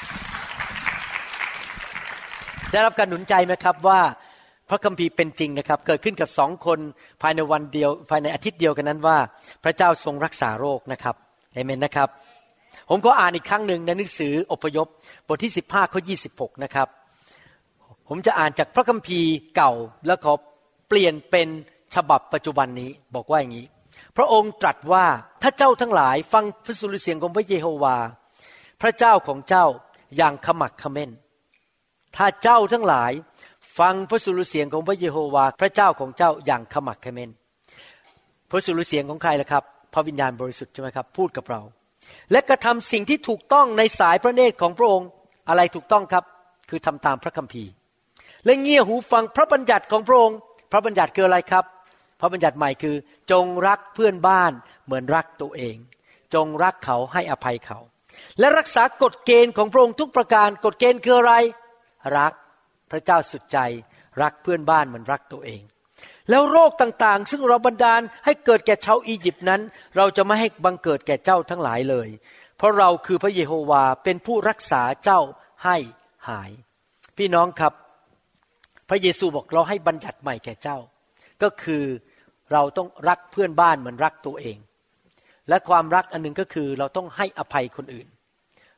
ได้รับการหนุนใจไหมครับว่าพระคัมภีร์เป็นจริงนะครับเกิดขึ้นกับสองคนภายในวันเดียวภายในอาทิตย์เดียวกันนั้นว่าพระเจ้าทรงรักษาโรคนะครับเอเมนนะครับผมก็อ่านอีกครั้งหนึ่งในหนังสืออพยพบทที่สิบห้าข้อยี่สิบหกนะครับผมจะอ่านจากพระคัมภีร์เก่าแล้วขอเปลี่ยนเป็นฉบับปัจจุบันนี้บอกว่าอย่างนี้พระองค์ตรัสว่าถ้าเจ้าทั้งหลายฟังพระสุรเสียงของพระเยโฮวาพระเจ้าของเจ้าอย่างขมักเขม้นถ้าเจ้าทั้งหลายฟังพระสุรเสียงของพระเยโฮวาพระเจ้าของเจ้าอย่างขมักเขม้นพระสุรเสียงของใครล่ะครับพระวิญญาณบริสุทธิ์ใช่ไหมครับพูดกับเราและกระทำสิ่งที่ถูกต้องในสายพระเนตรของพระองค์อะไรถูกต้องครับคือทำตามพระคัมภีร์และเงี่ยหูฟังพระบัญญัติของพระองค์พระบัญญัติคืออะไรครับพระบัญญัติใหม่คือจงรักเพื่อนบ้านเหมือนรักตัวเองจงรักเขาให้อภัยเขาและรักษากฎเกณฑ์ของพระองค์ทุกประการกฎเกณฑ์คืออะไรรักพระเจ้าสุดใจรักเพื่อนบ้านเหมือนรักตัวเองแล้วโรคต่างๆซึ่งเราบันดาลให้เกิดแก่ชาวอียิปต์นั้นเราจะไม่ให้บังเกิดแก่เจ้าทั้งหลายเลยเพราะเราคือพระเยโฮวาเป็นผู้รักษาเจ้าให้หายพี่น้องครับพระเยซูบอกเราให้บัญญัติใหม่แก่เจ้าก็คือเราต้องรักเพื่อนบ้านเหมือนรักตัวเองและความรักอันนึงก็คือเราต้องให้อภัยคนอื่น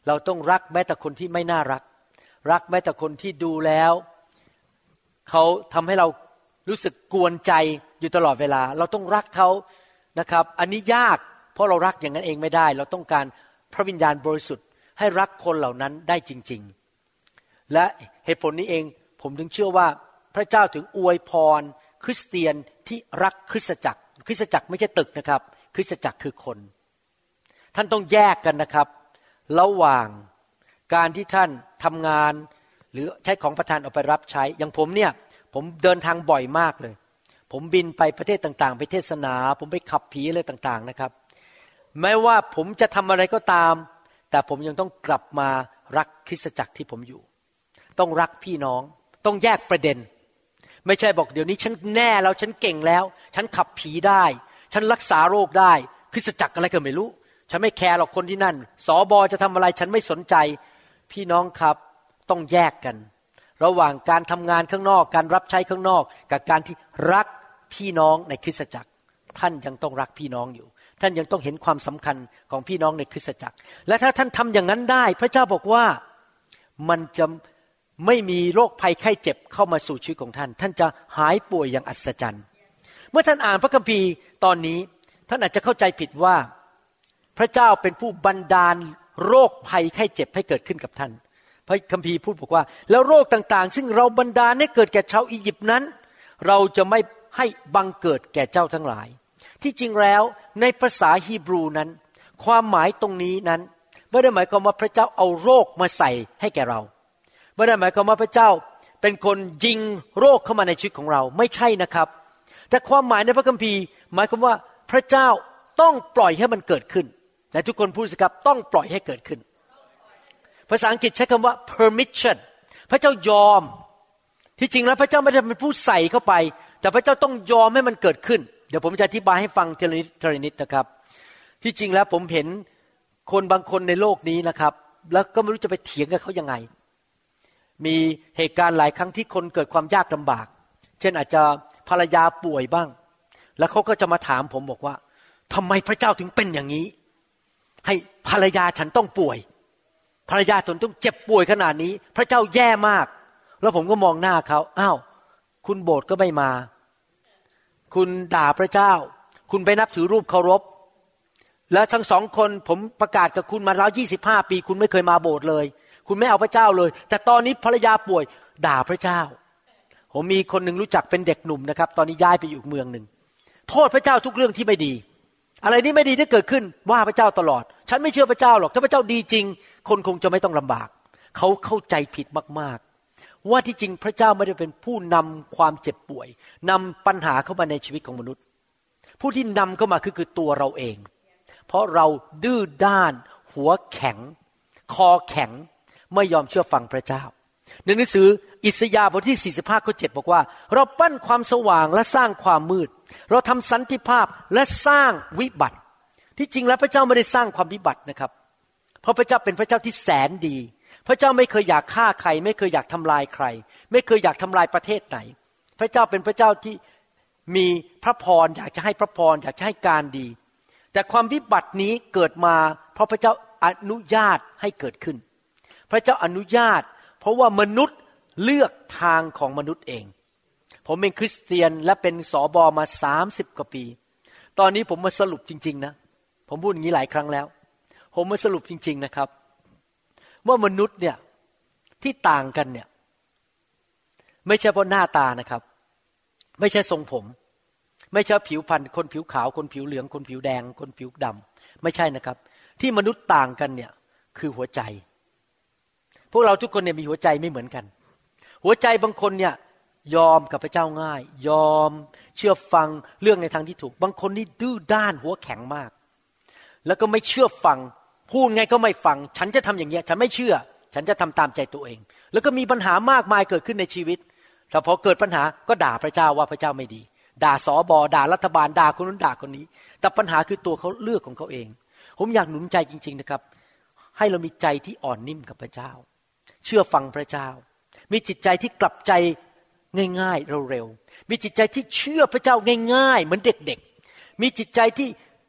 เราต้องรักแม้แต่คนที่ไม่น่ารักรักแม้แต่คนที่ดูแล้วเขาทำให้เรารู้สึกกวนใจอยู่ตลอดเวลาเราต้องรักเขานะครับอันนี้ยากเพราะเรารักอย่างนั้นเองไม่ได้เราต้องการพระวิญญาณบริสุทธิ์ให้รักคนเหล่านั้นได้จริงๆและเหตุผลนี้เองผมถึงเชื่อว่าพระเจ้าถึงอวยพรคริสเตียนที่รักคริสตจักรคริสตจักรไม่ใช่ตึกนะครับคริสตจักรคือคนท่านต้องแยกกันนะครับระหว่างการที่ท่านทำงานหรือใช้ของประทานเอาไปรับใช้อย่างผมเนี่ยผมเดินทางบ่อยมากเลยผมบินไปประเทศต่างๆไปเทศนาผมไปขับผีอะไรต่างๆนะครับแม้ว่าผมจะทำอะไรก็ตามแต่ผมยังต้องกลับมารักคริสตจักรที่ผมอยู่ต้องรักพี่น้องต้องแยกประเด็นไม่ใช่บอกเดี๋ยวนี้ฉันแน่แล้วฉันเก่งแล้วฉันขับผีได้ฉันรักษาโรคได้คริสตจักรอะไรก็ไม่รู้ฉันไม่แคร์หรอกคนที่นั่นสบจะทำอะไรฉันไม่สนใจพี่น้องครับต้องแยกกันระหว่างการทำงานข้างนอกการรับใช้ข้างนอกกับการที่รักพี่น้องในคริสตจักรท่านยังต้องรักพี่น้องอยู่ท่านยังต้องเห็นความสำคัญของพี่น้องในคริสตจักรและถ้าท่านทำอย่างนั้นได้พระเจ้าบอกว่ามันจะไม่มีโรคภัยไข้เจ็บเข้ามาสู่ชีวิตของท่านท่านจะหายป่วยอย่างอัศจรรย์เมื่อท่านอ่านพระคัมภีร์ตอนนี้ท่านอาจจะเข้าใจผิดว่าพระเจ้าเป็นผู้บันดาลโรคภัยไข้เจ็บให้เกิดขึ้นกับท่านพระคัมภีร์พูดบอกว่าแล้วโรคต่างๆซึ่งเราบันดาลให้เกิดแก่ชาวอียิปต์นั้นเราจะไม่ให้บังเกิดแก่เจ้าทั้งหลายที่จริงแล้วในภาษาฮีบรูนั้นความหมายตรงนี้นั้นไม่ได้หมายความว่าพระเจ้าเอาโรคมาใส่ให้แก่เราไม่ได้หมายความว่าพระเจ้าเป็นคนยิงโรคเข้ามาในชีวิตของเราไม่ใช่นะครับแต่ความหมายในพระคัมภีร์หมายความว่าพระเจ้าต้องปล่อยให้มันเกิดขึ้นแต่ทุกคนพูดสิครับต้องปล่อยให้เกิดขึ้นภาษาอังกฤษใช้คำว่า permission พระเจ้ายอมที่จริงแล้วพระเจ้าไม่ได้เป็นผู้ใส่เข้าไปแต่พระเจ้าต้องยอมให้มันเกิดขึ้นเดี๋ยวผมจะอธิบายให้ฟังทีละนิดทีละนิดนะครับที่จริงแล้วผมเห็นคนบางคนในโลกนี้นะครับแล้วก็ไม่รู้จะไปเถียงกับเขายังไงมีเหตุการณ์หลายครั้งที่คนเกิดความยากลำบากเช่นอาจจะภรรยาป่วยบ้างแล้วเขาก็จะมาถามผมบอกว่าทำไมพระเจ้าถึงเป็นอย่างนี้ให้ภรรยาฉันต้องป่วยภรรยาฉันต้องเจ็บป่วยขนาดนี้พระเจ้าแย่มากแล้วผมก็มองหน้าเขาอ้าวคุณโบสถ์ก็ไม่มาคุณด่าพระเจ้าคุณไปนับถือรูปเคารพและทั้งสองคนผมประกาศกับคุณมาแล้วยี่สิบห้าปีคุณไม่เคยมาโบสถ์เลยคุณไม่เอาพระเจ้าเลยแต่ตอนนี้ภรรยาป่วยด่าพระเจ้าผมมีคนหนึ่งรู้จักเป็นเด็กหนุ่มนะครับตอนนี้ย้ายไปอยู่เมืองหนึ่งโทษพระเจ้าทุกเรื่องที่ไม่ดีอะไรที่ไม่ดีที่เกิดขึ้นว่าพระเจ้าตลอดฉันไม่เชื่อพระเจ้าหรอกถ้าพระเจ้าดีจริงคนคงจะไม่ต้องลำบากเขาเข้าใจผิดมากๆว่าที่จริงพระเจ้าไม่ได้เป็นผู้นำความเจ็บป่วยนำปัญหาเข้ามาในชีวิตของมนุษย์ผู้ที่นำเข้ามาคือคือตัวเราเองเพราะเราดื้อด้านหัวแข็งคอแข็งไม่ยอมเชื่อฟังพระเจ้าในหนังสืออิสยาห์บทที่สี่สิบห้าข้อเจ็ดบอกว่าเราปั้นความสว่างและสร้างความมืดเราทำสันติภาพและสร้างวิบัติที่จริงแล้วพระเจ้าไม่ได้สร้างความวิบัตินะครับเพราะพระเจ้าเป็นพระเจ้าที่แสนดีพระเจ้าไม่เคยอยากฆ่าใครไม่เคยอยากทำลายใครไม่เคยอยากทำลายประเทศไหนพระเจ้าเป็นพระเจ้าที่มีพระพรอยากจะให้พระพรอยากจะให้การดีแต่ความวิบัตินี้เกิดมาเพราะพระเจ้าอนุญาตให้เกิดขึ้นพระเจ้าอนุญาตเพราะว่ามนุษย์เลือกทางของมนุษย์เองผมเป็นคริสเตียนและเป็นสบมาสามสิบกว่าปีตอนนี้ผมมาสรุปจริงๆนะผมพูดอย่างนี้หลายครั้งแล้วผมมาสรุปจริงๆนะครับว่ามนุษย์เนี่ยที่ต่างกันเนี่ยไม่ใช่เพราะหน้าตานะครับไม่ใช่ทรงผมไม่ใช่ผิวพรรณคนผิวขาวคนผิวเหลืองคนผิวแดงคนผิวดำไม่ใช่นะครับที่มนุษย์ต่างกันเนี่ยคือหัวใจพวกเราทุกคนเนี่ยมีหัวใจไม่เหมือนกันหัวใจบางคนเนี่ยยอมกับพระเจ้าง่ายยอมเชื่อฟังเรื่องในทางที่ถูกบางคนนี่ดื้อด้านหัวแข็งมากแล้วก็ไม่เชื่อฟังพูดไงก็ไม่ฟังฉันจะทำอย่างเงี้ยฉันไม่เชื่อฉันจะทำตามใจตัวเองแล้วก็มีปัญหามากมายเกิดขึ้นในชีวิตแต่พอเกิดปัญหาก็ด่าพระเจ้าว่าพระเจ้าไม่ดีด่าสบด่ารัฐบาลด่าคนนู้นด่าคนนี้แต่ปัญหาคือตัวเขาเลือกของเขาเองผมอยากหนุนใจจริงๆนะครับให้เรามีใจที่อ่อนนิ่มกับพระเจ้าเชื่อฟังพระเจ้ามีจิตใจที่กลับใจง่ายๆเร็วๆมีจิตใจที่เชื่อพระเจ้าง่ายๆเหมือนเด็กๆมีจิตใจที่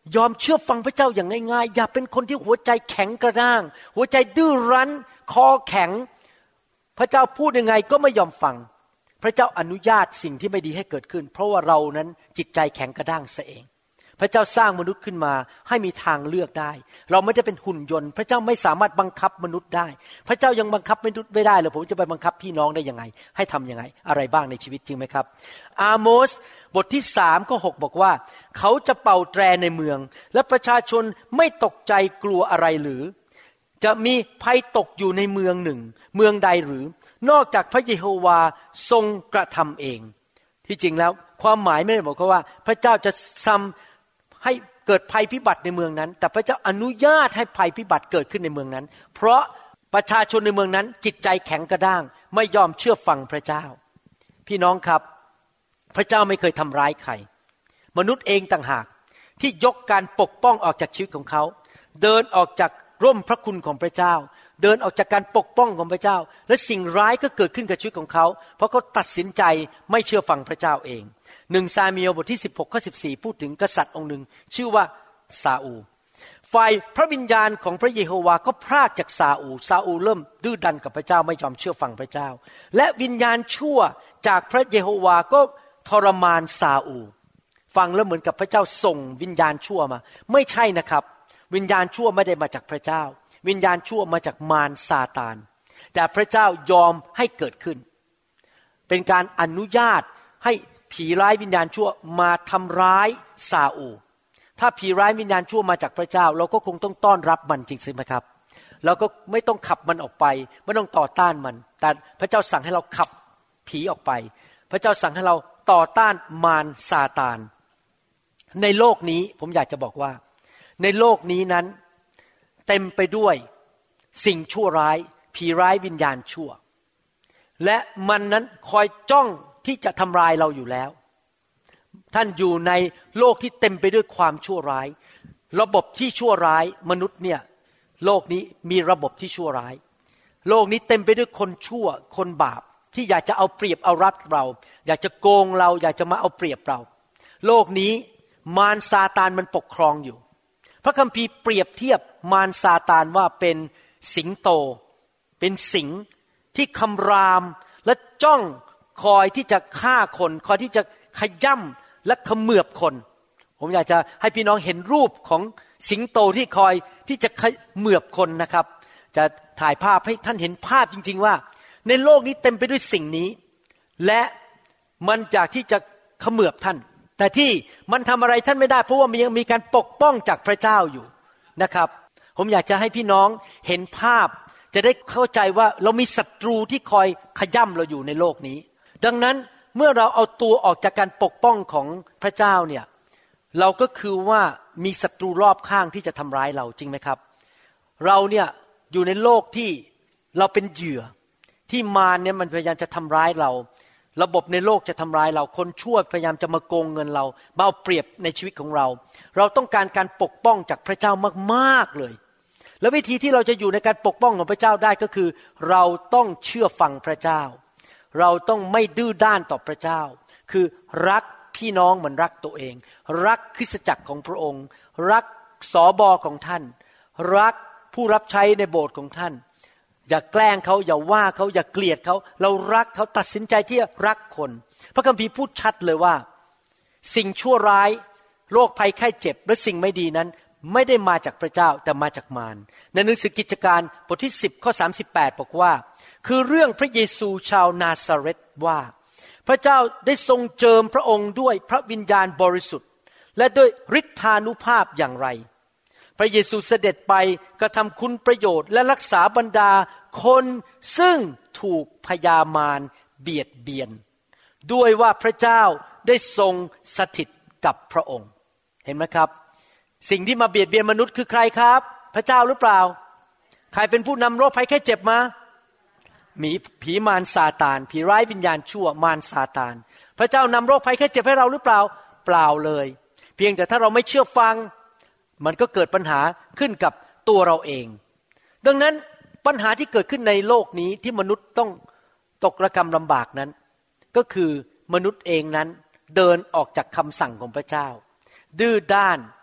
ยอมเชื่อฟังพระเจ้าอย่างง่ายๆอย่าเป็นคนที่หัวใจแข็งกระด้างหัวใจดื้อรั้นคอแข็งพระเจ้าพูดยังไงก็ไม่ยอมฟังพระเจ้าอนุญาตสิ่งที่ไม่ดีให้เกิดขึ้นเพราะว่าเรานั้นจิตใจแข็งกระด้างซะเองพระเจ้าสร้างมนุษย์ขึ้นมาให้มีทางเลือกได้เราไม่ได้เป็นหุ่นยนต์พระเจ้าไม่สามารถบังคับมนุษย์ได้พระเจ้ายังบังคับมนุษย์ไม่ได้เลยผมจะไปบังคับพี่น้องได้ยังไงให้ทำยังไงอะไรบ้างในชีวิตจริงไหมครับอาโมสบทที่สามข้อหกบอกว่าเขาจะเป่าแตรในเมืองและประชาชนไม่ตกใจกลัวอะไรหรือจะมีภัยตกอยู่ในเมืองหนึ่งเมืองใดหรือนอกจากพระเยโฮวาทรงกระทำเองที่จริงแล้วความหมายไม่ได้บอกว่าพระเจ้าจะทำให้เกิดภัยพิบัติในเมืองนั้นแต่พระเจ้าอนุญาตให้ภัยพิบัติเกิดขึ้นในเมืองนั้นเพราะประชาชนในเมืองนั้นจิตใจแข็งกระด้างไม่ยอมเชื่อฟังพระเจ้าพี่น้องครับพระเจ้าไม่เคยทำร้ายใครมนุษย์เองต่างหากที่ยกการปกป้องออกจากชีวิตของเขาเดินออกจากร่มพระคุณของพระเจ้าเดินออกจากการปกป้องของพระเจ้าและสิ่งร้ายก็เกิดขึ้นกับชีวิตของเขาเพราะเขาตัดสินใจไม่เชื่อฟังพระเจ้าเองหนึ่งซามูเอลบทที่สิบหกข้อสิบสี่พูดถึงกษัตริย์องค์หนึ่งชื่อว่าซาอูลฝ่ายพระวิญญาณของพระเยโฮวาก็พรากจากซาอูลซาอูลเริ่มดื้อดันกับพระเจ้าไม่ยอมเชื่อฟังพระเจ้าและวิญญาณชั่วจากพระเยโฮวาก็ทรมานซาอูลฟังแล้วเหมือนกับพระเจ้าส่งวิญญาณชั่วมาไม่ใช่นะครับวิญญาณชั่วไม่ได้มาจากพระเจ้าวิญญาณชั่วมาจากมารซาตานแต่พระเจ้ายอมให้เกิดขึ้นเป็นการอนุญาตให้ผีร้ายวิญญาณชั่วมาทำร้ายซาอูลถ้าผีร้ายวิญญาณชั่วมาจากพระเจ้าเราก็คงต้องต้อนรับมันจริงๆไหมครับเราก็ไม่ต้องขับมันออกไปไม่ต้องต่อต้านมันแต่พระเจ้าสั่งให้เราขับผีออกไปพระเจ้าสั่งให้เราต่อต้านมารซาตานในโลกนี้ผมอยากจะบอกว่าในโลกนี้นั้นเต็มไปด้วยสิ่งชั่วร้ายผีร้ายวิญญาณชั่วและมันนั้นคอยจ้องที่จะทำลายเราอยู่แล้วท่านอยู่ในโลกที่เต็มไปด้วยความชั่วร้ายระบบที่ชั่วร้ายมนุษย์เนี่ยโลกนี้มีระบบที่ชั่วร้ายโลกนี้เต็มไปด้วยคนชั่วคนบาปที่อยากจะเอาเปรียบเอารัดเราอยากจะโกงเราอยากจะมาเอาเปรียบเราโลกนี้มารซาตานมันปกครองอยู่พระคัมภีร์เปรียบเทียบมารซาตานว่าเป็นสิงโตเป็นสิงที่คำรามและจ้องคอยที่จะฆ่าคนคอยที่จะขย่ำและเขมือบคนผมอยากจะให้พี่น้องเห็นรูปของสิงโตที่คอยที่จะเขมือบคนนะครับจะถ่ายภาพให้ท่านเห็นภาพจริงๆว่าในโลกนี้เต็มไปด้วยสิ่งนี้และมันอยากที่จะเขมือบท่านแต่ที่มันทำอะไรท่านไม่ได้เพราะว่ามันยังมีการปกป้องจากพระเจ้าอยู่นะครับผมอยากจะให้พี่น้องเห็นภาพจะได้เข้าใจว่าเรามีศัตรูที่คอยขย่ำเราอยู่ในโลกนี้ดังนั้นเมื่อเราเอาตัวออกจากการปกป้องของพระเจ้าเนี่ยเราก็คือว่ามีศัตรูรอบข้างที่จะทำร้ายเราจริงไหมครับเราเนี่ยอยู่ในโลกที่เราเป็นเหยื่อที่มารเนี่ยมันพยายามจะทำร้ายเราระบบในโลกจะทำร้ายเราคนชั่วพยายามจะมาโกงเงินเรามาเอาเปรียบในชีวิตของเราเราต้องการการปกป้องจากพระเจ้ามากๆเลยและวิธีที่เราจะอยู่ในการปกป้องของพระเจ้าได้ก็คือเราต้องเชื่อฟังพระเจ้าเราต้องไม่ดื้อด้านต่อพระเจ้าคือรักพี่น้องเหมือนรักตัวเองรักคริสตจักรของพระองค์รักสบของท่านรักผู้รับใช้ในโบสถ์ของท่านอย่าแกล้งเขาอย่าว่าเขาอย่าเกลียดเขาเรารักเขาตัดสินใจที่จะรักคนพระคัมภีร์พูดชัดเลยว่าสิ่งชั่วร้ายโรคภัยไข้เจ็บและสิ่งไม่ดีนั้นไม่ได้มาจากพระเจ้าแต่มาจากมารในหนังสือกิจการบทที่สิบข้อสามสิบแปดบอกว่าคือเรื่องพระเยซูชาวนาซาเรตว่าพระเจ้าได้ทรงเจิมพระองค์ด้วยพระวิญญาณบริสุทธิ์และด้วยฤทธานุภาพอย่างไรพระเยซูเสด็จไปกระทำคุณประโยชน์และรักษาบรรดาคนซึ่งถูกพยามารเบียดเบียนด้วยว่าพระเจ้าได้ทรงสถิตกับพระองค์เห็นไหมครับสิ่งที่มาเบียดเบียนมนุษย์คือใครครับพระเจ้าหรือเปล่าใครเป็นผู้นำโรคภัยแค่เจ็บมามีผีมารซาตานผีร้ายวิญญาณชั่วมารซาตานพระเจ้านำโรคภัยแค่เจ็บให้เราหรือเปล่าเปล่าเลยเพียงแต่ถ้าเราไม่เชื่อฟังมันก็เกิดปัญหาขึ้นกับตัวเราเองดังนั้นปัญหาที่เกิดขึ้นในโลกนี้ที่มนุษย์ต้องตกระกำลำบากนั้นก็คือมนุษย์เองนั้นเดินออกจากคำสั่งของพระเจ้าดื้อด้าน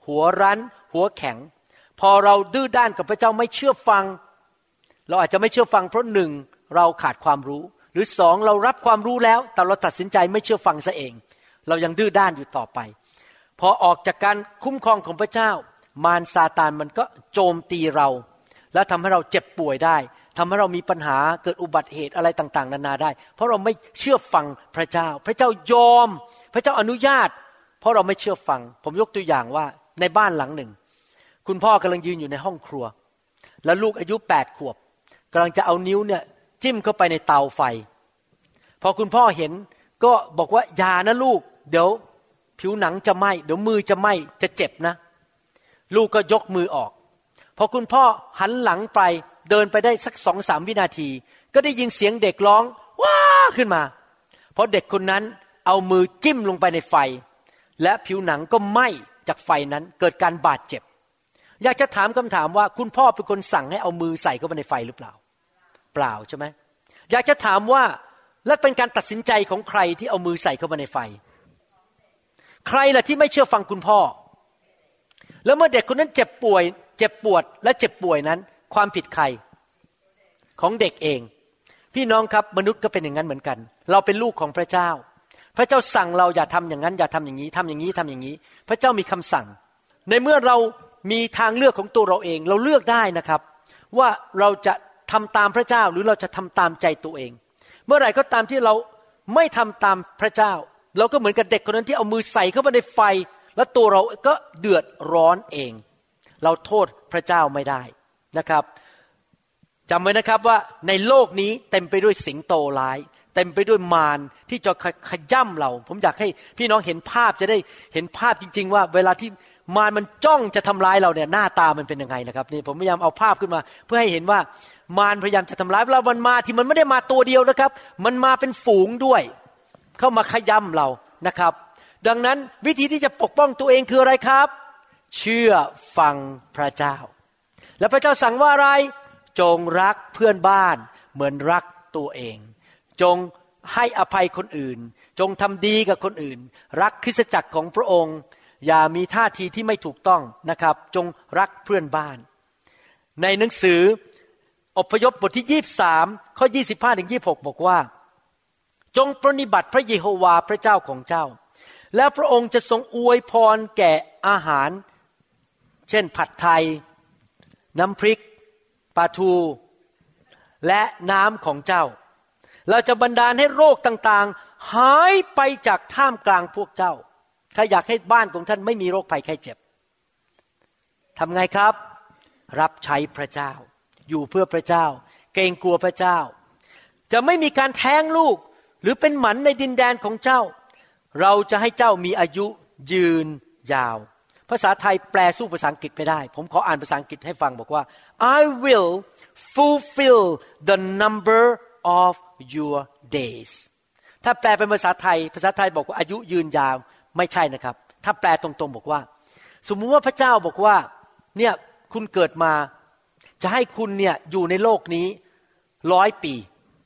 หัวรั้นหัวแข็งพอเราดื้อด้านกับพระเจ้าไม่เชื่อฟังเราอาจจะไม่เชื่อฟังเพราะหนึ่งเราขาดความรู้หรือสองเรารับความรู้แล้วแต่เราตัดสินใจไม่เชื่อฟังซะเองเรายังดื้อด้านอยู่ต่อไปพอออกจากการคุ้มครองของพระเจ้ามารซาตานมันก็โจมตีเราและทำให้เราเจ็บป่วยได้ทำให้เรามีปัญหาเกิดอุบัติเหตุอะไรต่างๆนานาได้เพราะเราไม่เชื่อฟังพระเจ้าพระเจ้ายอมพระเจ้าอนุญาตเพราะเราไม่เชื่อฟังผมยกตัวอย่างว่าในบ้านหลังหนึ่งคุณพ่อกำลังยืนอยู่ในห้องครัวแล้วลูกอายุแปดขวบกำลังจะเอานิ้วเนี่ยจิ้มเข้าไปในเตาไฟพอคุณพ่อเห็นก็บอกว่าอย่านะลูกเดี๋ยวผิวหนังจะไหม้เดี๋ยวมือจะไหม้จะเจ็บนะลูกก็ยกมือออกพอคุณพ่อหันหลังไปเดินไปได้สักสองสามวินาทีก็ได้ยินเสียงเด็กร้องว้าขึ้นมาเพราะเด็กคนนั้นเอามือจิ้มลงไปในไฟและผิวหนังก็ไหม้จากไฟนั้นเกิดการบาดเจ็บอยากจะถามคำถามว่าคุณพ่อเป็นคนสั่งให้เอามือใส่เข้าไปในไฟหรือเปล่าเปล่าใช่ไหมอยากจะถามว่าและเป็นการตัดสินใจของใครที่เอามือใส่เข้าไปในไฟใครล่ะที่ไม่เชื่อฟังคุณพ่อแล้วเมื่อเด็กคนนั้นเจ็บป่วยเจ็บปวดและเจ็บป่วยนั้นความผิดใครของเด็กเองพี่น้องครับมนุษย์ก็เป็นอย่างนั้นเหมือนกันเราเป็นลูกของพระเจ้าพระเจ้าสั่งเราอย่าทำอย่างนั้นอย่าทำอย่างนี้ทำอย่างนี้ทำอย่างนี้พระเจ้ามีคำสั่งในเมื่อเรามีทางเลือกของตัวเราเองเราเลือกได้นะครับว่าเราจะทำตามพระเจ้าหรือเราจะทำตามใจตัวเองเมื่อไหร่ก็ตามที่เราไม่ทำตามพระเจ้าเราก็เหมือนกับเด็กคนนั้นที่เอามือใส่เข้าไปในไฟแล้วตัวเราก็เดือดร้อนเองเราโทษพระเจ้าไม่ได้นะครับจำไว้นะครับว่าในโลกนี้เต็มไปด้วยสิงโตร้ายเต็มไปด้วยมารที่จะขย่ำเราผมอยากให้พี่น้องเห็นภาพจะได้เห็นภาพจริงๆว่าเวลาที่มารมันจ้องจะทำร้ายเราเนี่ยหน้าตามันเป็นยังไงนะครับนี่ผมพยายามเอาภาพขึ้นมาเพื่อให้เห็นว่ามารพยายามจะทำร้ายเรามันมาที่มันไม่ได้มาตัวเดียวนะครับมันมาเป็นฝูงด้วยเข้ามาขย่ำเรานะครับดังนั้นวิธีที่จะปกป้องตัวเองคืออะไรครับเชื่อฟังพระเจ้าและพระเจ้าสั่งว่าอะไรจงรักเพื่อนบ้านเหมือนรักตัวเองจงให้อภัยคนอื่นจงทำดีกับคนอื่นรักคริสตจักรของพระองค์อย่ามีท่าทีที่ไม่ถูกต้องนะครับจงรักเพื่อนบ้านในหนังสืออพยพบทที่ยี่สิบสามข้อยี่สิบห้าถึงยี่สิบหกบอกว่าจงปรนนิบัติพระเยโฮวาห์พระเจ้าของเจ้าแล้วพระองค์จะทรงอวยพรแก่อาหารเช่นผัดไทยน้ำพริกปลาทูและน้ำของเจ้าเราจะบันดาลให้โรคต่างๆหายไปจากท่ามกลางพวกเจ้าถ้าอยากให้บ้านของท่านไม่มีโรคภัยไข้เจ็บทำไงครับรับใช้พระเจ้าอยู่เพื่อพระเจ้าเกรงกลัวพระเจ้าจะไม่มีการแท้งลูกหรือเป็นหมันในดินแดนของเจ้าเราจะให้เจ้ามีอายุยืนยาวภาษาไทยแปลสู้ภาษาอังกฤษไม่ได้ผมขออ่านภาษาอังกฤษให้ฟังบอกว่า I will fulfill the number of your days ถ้าแปลเป็นภาษาไทยภาษาไทยบอกว่าอายุยืนยาวไม่ใช่นะครับถ้าแปลตรงๆบอกว่าสมมุติว่าพระเจ้าบอกว่าเนี่ยคุณเกิดมาจะให้คุณเนี่ยอยู่ในโลกนี้ร้อยปี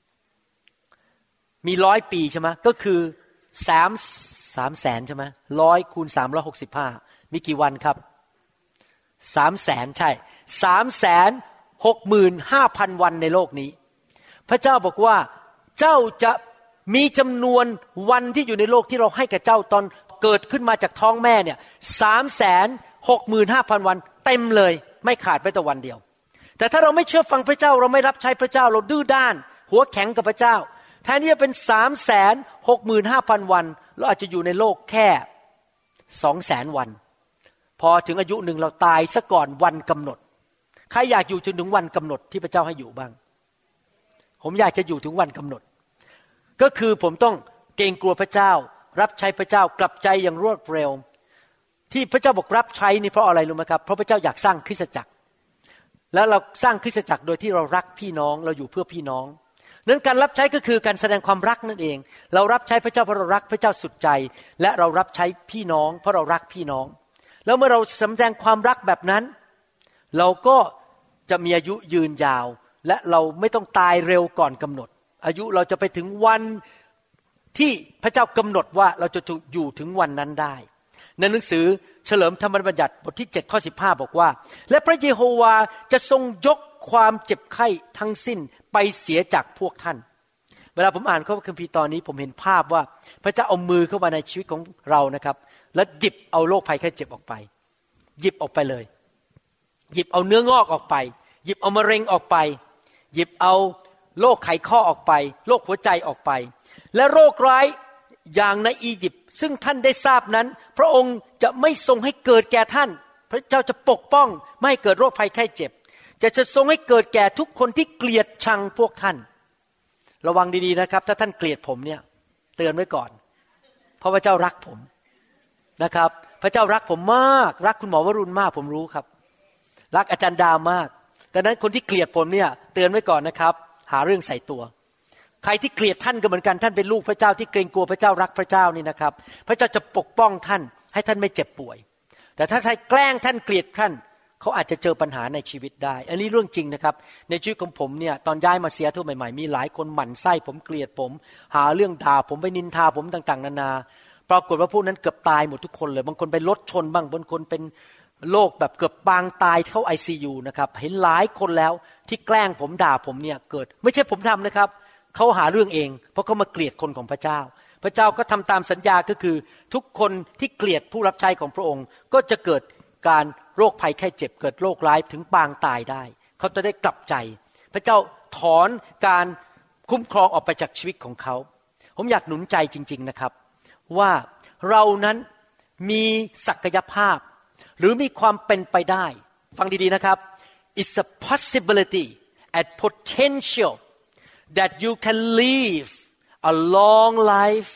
มีร้อยปีใช่ไหมก็คือสามสามแสนใช่ไหมร้อยคูณสามร้อยหกสิบห้ามีกี่วันครับสามแสนใช่สามแสนหกหมื่นห้าพันวันในโลกนี้พระเจ้าบอกว่าเจ้าจะมีจำนวนวันที่อยู่ในโลกที่เราให้กับเจ้าตอนเกิดขึ้นมาจากท้องแม่เนี่ยสามแสนหกหมื่นห้าพันวันเต็มเลยไม่ขาดไปแต่วันเดียวแต่ถ้าเราไม่เชื่อฟังพระเจ้าเราไม่รับใช้พระเจ้าเราดื้อด้านหัวแข็งกับพระเจ้าแทนที่จะเป็นสามแสนหกหมื่นห้าพันวันเราอาจจะอยู่ในโลกแค่สองแสนวันพอถึงอายุหนึ่งเราตายซะก่อนวันกำหนดใครอยากอยู่จนถึงวันกำหนดที่พระเจ้าให้อยู่บ้างผมอยากจะอยู่ถึงวันกำหนดก็คือผมต้องเกรงกลัวพระเจ้ารับใช้พระเจ้ากลับใจอย่างรวดเร็วที่พระเจ้าบอกรับใช้นี่เพราะอะไรรู้ไหมครับเพราะพระเจ้าอยากสร้างคริสตจักรแล้วเราสร้างคริสตจักรโดยที่เรารักพี่น้องเราอยู่เพื่อพี่น้องนั้นการรับใช้ก็คือการแสดงความรักนั่นเองเรารับใช้พระเจ้าเพราะเรารักพระเจ้าสุดใจและเรารับใช้พี่น้องเพราะเรารักพี่น้องแล้วเมื่อเราแสดงความรักแบบนั้นเราก็จะมีอายุยืนยาวและเราไม่ต้องตายเร็วก่อนกำหนดอายุเราจะไปถึงวันที่พระเจ้ากำหนดว่าเราจะอยู่ถึงวันนั้นได้ในหนังสือเฉลิมธรรมบัญญัติบทที่เจ็ดข้อสิบห้าบอกว่าและพระเยโฮวาจะทรงยกความเจ็บไข้ทั้งสิ้นไปเสียจากพวกท่านเวลาผมอ่านข้อคัมภีร์ตอนนี้ผมเห็นภาพว่าพระเจ้าเอามือเข้ามาในชีวิตของเรานะครับแล้วหยิบเอาโรคภัยไข้เจ็บออกไปหยิบออกไปเลยหยิบเอาเนื้องอกออกไปหยิบเอามะเร็งออกไปหยิบเอาโรคไขข้อออกไปโรคหัวใจออกไปและโรคร้ายอย่างในอียิปต์ซึ่งท่านได้ทราบนั้นพระองค์จะไม่ทรงให้เกิดแก่ท่านพระเจ้าจะปกป้องไม่ให้เกิดโรคภัยไข้เจ็บจะจะทรงให้เกิดแก่ทุกคนที่เกลียดชังพวกท่านระวังดีๆนะครับถ้าท่านเกลียดผมเนี่ยเตือนไว้ก่อนเพราะพระเจ้ารักผมนะครับพระเจ้ารักผมมากรักคุณหมอวรุณมากผมรู้ครับรักอาจารย์ดามากดังนั้นคนที่เกลียดผมเนี่ยเตือนไว้ก่อนนะครับหาเรื่องใส่ตัวใครที่เกลียดท่านก็เหมือนกันท่านเป็นลูกพระเจ้าที่เกรงกลัวพระเจ้ารักพระเจ้านี่นะครับพระเจ้าจะปกป้องท่านให้ท่านไม่เจ็บป่วยแต่ถ้าใครแกล้งท่านเกลียดท่านเขาอาจจะเจอปัญหาในชีวิตได้อันนี้เรื่องจริงนะครับในชีวิตของผมเนี่ยตอนย้ายมาเสียทั่วใหม่ๆมีหลายคนหมั่นไส้ผมเกลียดผมหาเรื่องด่าผมไปนินทาผมต่างๆนานาปรากฏว่าพวกนั้นเกือบตายหมดทุกคนเลยบางคนไปรถชนบ้างบางคนเป็นโรคแบบเกือบปางตายเข้า ไอ ซี ยู นะครับเห็นหลายคนแล้วที่แกล้งผมด่าผมเนี่ยเกิดไม่ใช่ผมทำนะครับเขาหาเรื่องเองเพราะเขามาเกลียดคนของพระเจ้าพระเจ้าก็ทำตามสัญญาก็คือทุกคนที่เกลียดผู้รับใช้ของพระองค์ก็จะเกิดการโรคภัยไข้เจ็บเกิดโรคร้ายถึงปางตายได้เขาจะได้กลับใจพระเจ้าถอนการคุ้มครองออกไปจากชีวิตของเขาผมอยากหนุนใจจริงๆนะครับว่าเรานั้นมีศักยภาพหรือมีความเป็นไปได้ฟังดีๆนะครับ It's a possibility and potential that you can live a long life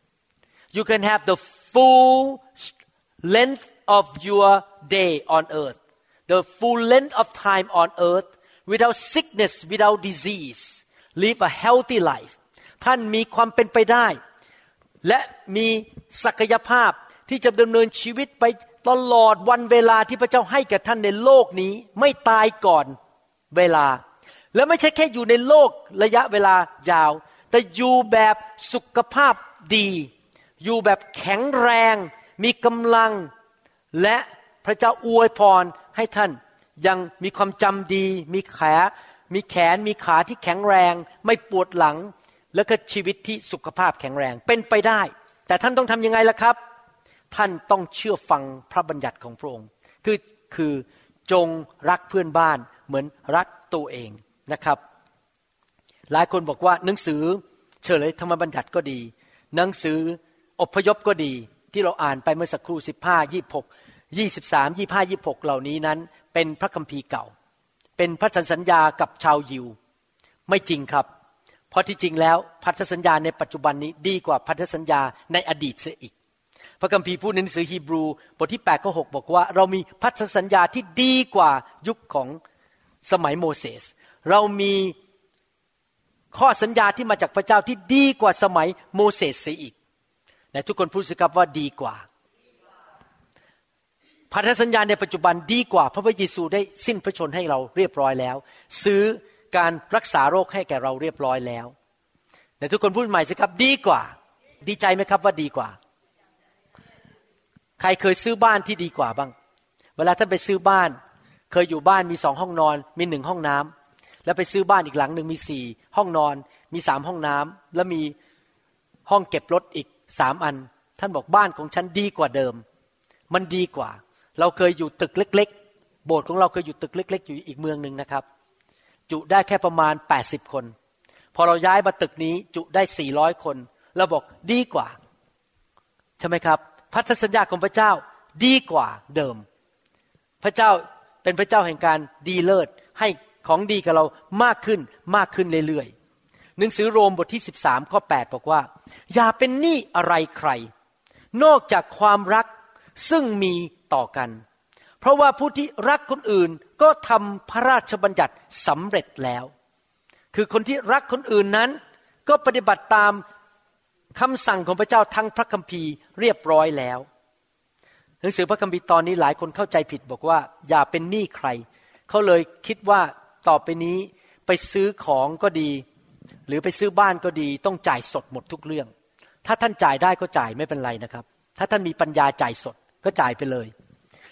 you can have the full length of your day on earth the full length of time on earth without sickness without disease live a healthy life ท่านมีความเป็นไปได้และมีศักยภาพที่จะดำเนินชีวิตไปตลอดวันเวลาที่พระเจ้าให้แก่ท่านในโลกนี้ไม่ตายก่อนเวลาและไม่ใช่แค่อยู่ในโลกระยะเวลายาวแต่อยู่แบบสุขภาพดีอยู่แบบแข็งแรงมีกำลังและพระเจ้าอวยพรให้ท่านยังมีความจำดีมีขามีแขนมีขาที่แข็งแรงไม่ปวดหลังแล้วก็ชีวิตที่สุขภาพแข็งแรงเป็นไปได้แต่ท่านต้องทำยังไงล่ะครับท่านต้องเชื่อฟังพระบัญญัติของพระองค์คือคือจงรักเพื่อนบ้านเหมือนรักตัวเองนะครับหลายคนบอกว่าหนังสือเฉลยธรรมบัญญัติก็ดีหนังสืออพยพก็ดีที่เราอ่านไปเมื่อสักครู่สิบห้า ยี่สิบหก ยี่สิบสาม ยี่สิบห้า ยี่สิบหกเหล่านี้นั้นเป็นพระคัมภีร์เก่าเป็นพันธสัญญากับชาวยิวไม่จริงครับเพราะที่จริงแล้วพันธสัญญาในปัจจุบันนี้ดีกว่าพันธสัญญาในอดีตเสียอีกพระคัมภีร์พูดในหนังสือฮีบรูบทที่แปดข้อหกบอกว่าเรามีพันธสัญญาที่ดีกว่ายุคของสมัยโมเสสเรามีข้อสัญญาที่มาจากพระเจ้าที่ดีกว่าสมัยโมเสสเสียอีกแต่ทุกคนพูดสิครับว่าดีกว่าพันธสัญญาในปัจจุบันดีกว่าเพราะพระเยซูได้สิ้นพระชนให้เราเรียบร้อยแล้วซื้อการรักษาโรคให้แก่เราเรียบร้อยแล้วแต่ทุกคนพูดใหม่สิครับดีกว่าดีใจไหมครับว่าดีกว่าใครเคยซื้อบ้านที่ดีกว่าบ้างเวลาท่านไปซื้อบ้านเคยอยู่บ้านมีสองห้องนอนมีหนึ่งห้องน้ำแล้วไปซื้อบ้านอีกหลังหนึ่งมีสี่ห้องนอนมีสามห้องน้ำแล้วมีห้องเก็บรถอีกสามอันท่านบอกบ้านของฉันดีกว่าเดิมมันดีกว่าเราเคยอยู่ตึกเล็กๆโบสถ์ของเราเคยอยู่ตึกเล็กๆอยู่อีกเมืองนึงนะครับจุได้แค่ประมาณแปดสิบคนพอเราย้ายมาตึกนี้จุได้สี่ร้อยคนเราบอกดีกว่าใช่ไหมครับพันธสัญญาของพระเจ้าดีกว่าเดิมพระเจ้าเป็นพระเจ้าแห่งการดีเลิศให้ของดีกับเรามากขึ้นมากขึ้นเรื่อยๆหนังสือโรมบทที่สิบสามข้อแปดบอกว่าอย่าเป็นหนี้อะไรใครนอกจากความรักซึ่งมีต่อกันเพราะว่าผู้ที่รักคนอื่นก็ทำพระราชบัญญัติสำเร็จแล้วคือคนที่รักคนอื่นนั้นก็ปฏิบัติตามคำสั่งของพระเจ้าทั้งพระคัมภีร์เรียบร้อยแล้วหนังสือพระคัมภีร์ตอนนี้หลายคนเข้าใจผิดบอกว่าอย่าเป็นหนี้ใครเขาเลยคิดว่าต่อไปนี้ไปซื้อของก็ดีหรือไปซื้อบ้านก็ดีต้องจ่ายสดหมดทุกเรื่องถ้าท่านจ่ายได้ก็จ่ายไม่เป็นไรนะครับถ้าท่านมีปัญญาจ่ายสดก็จ่ายไปเลย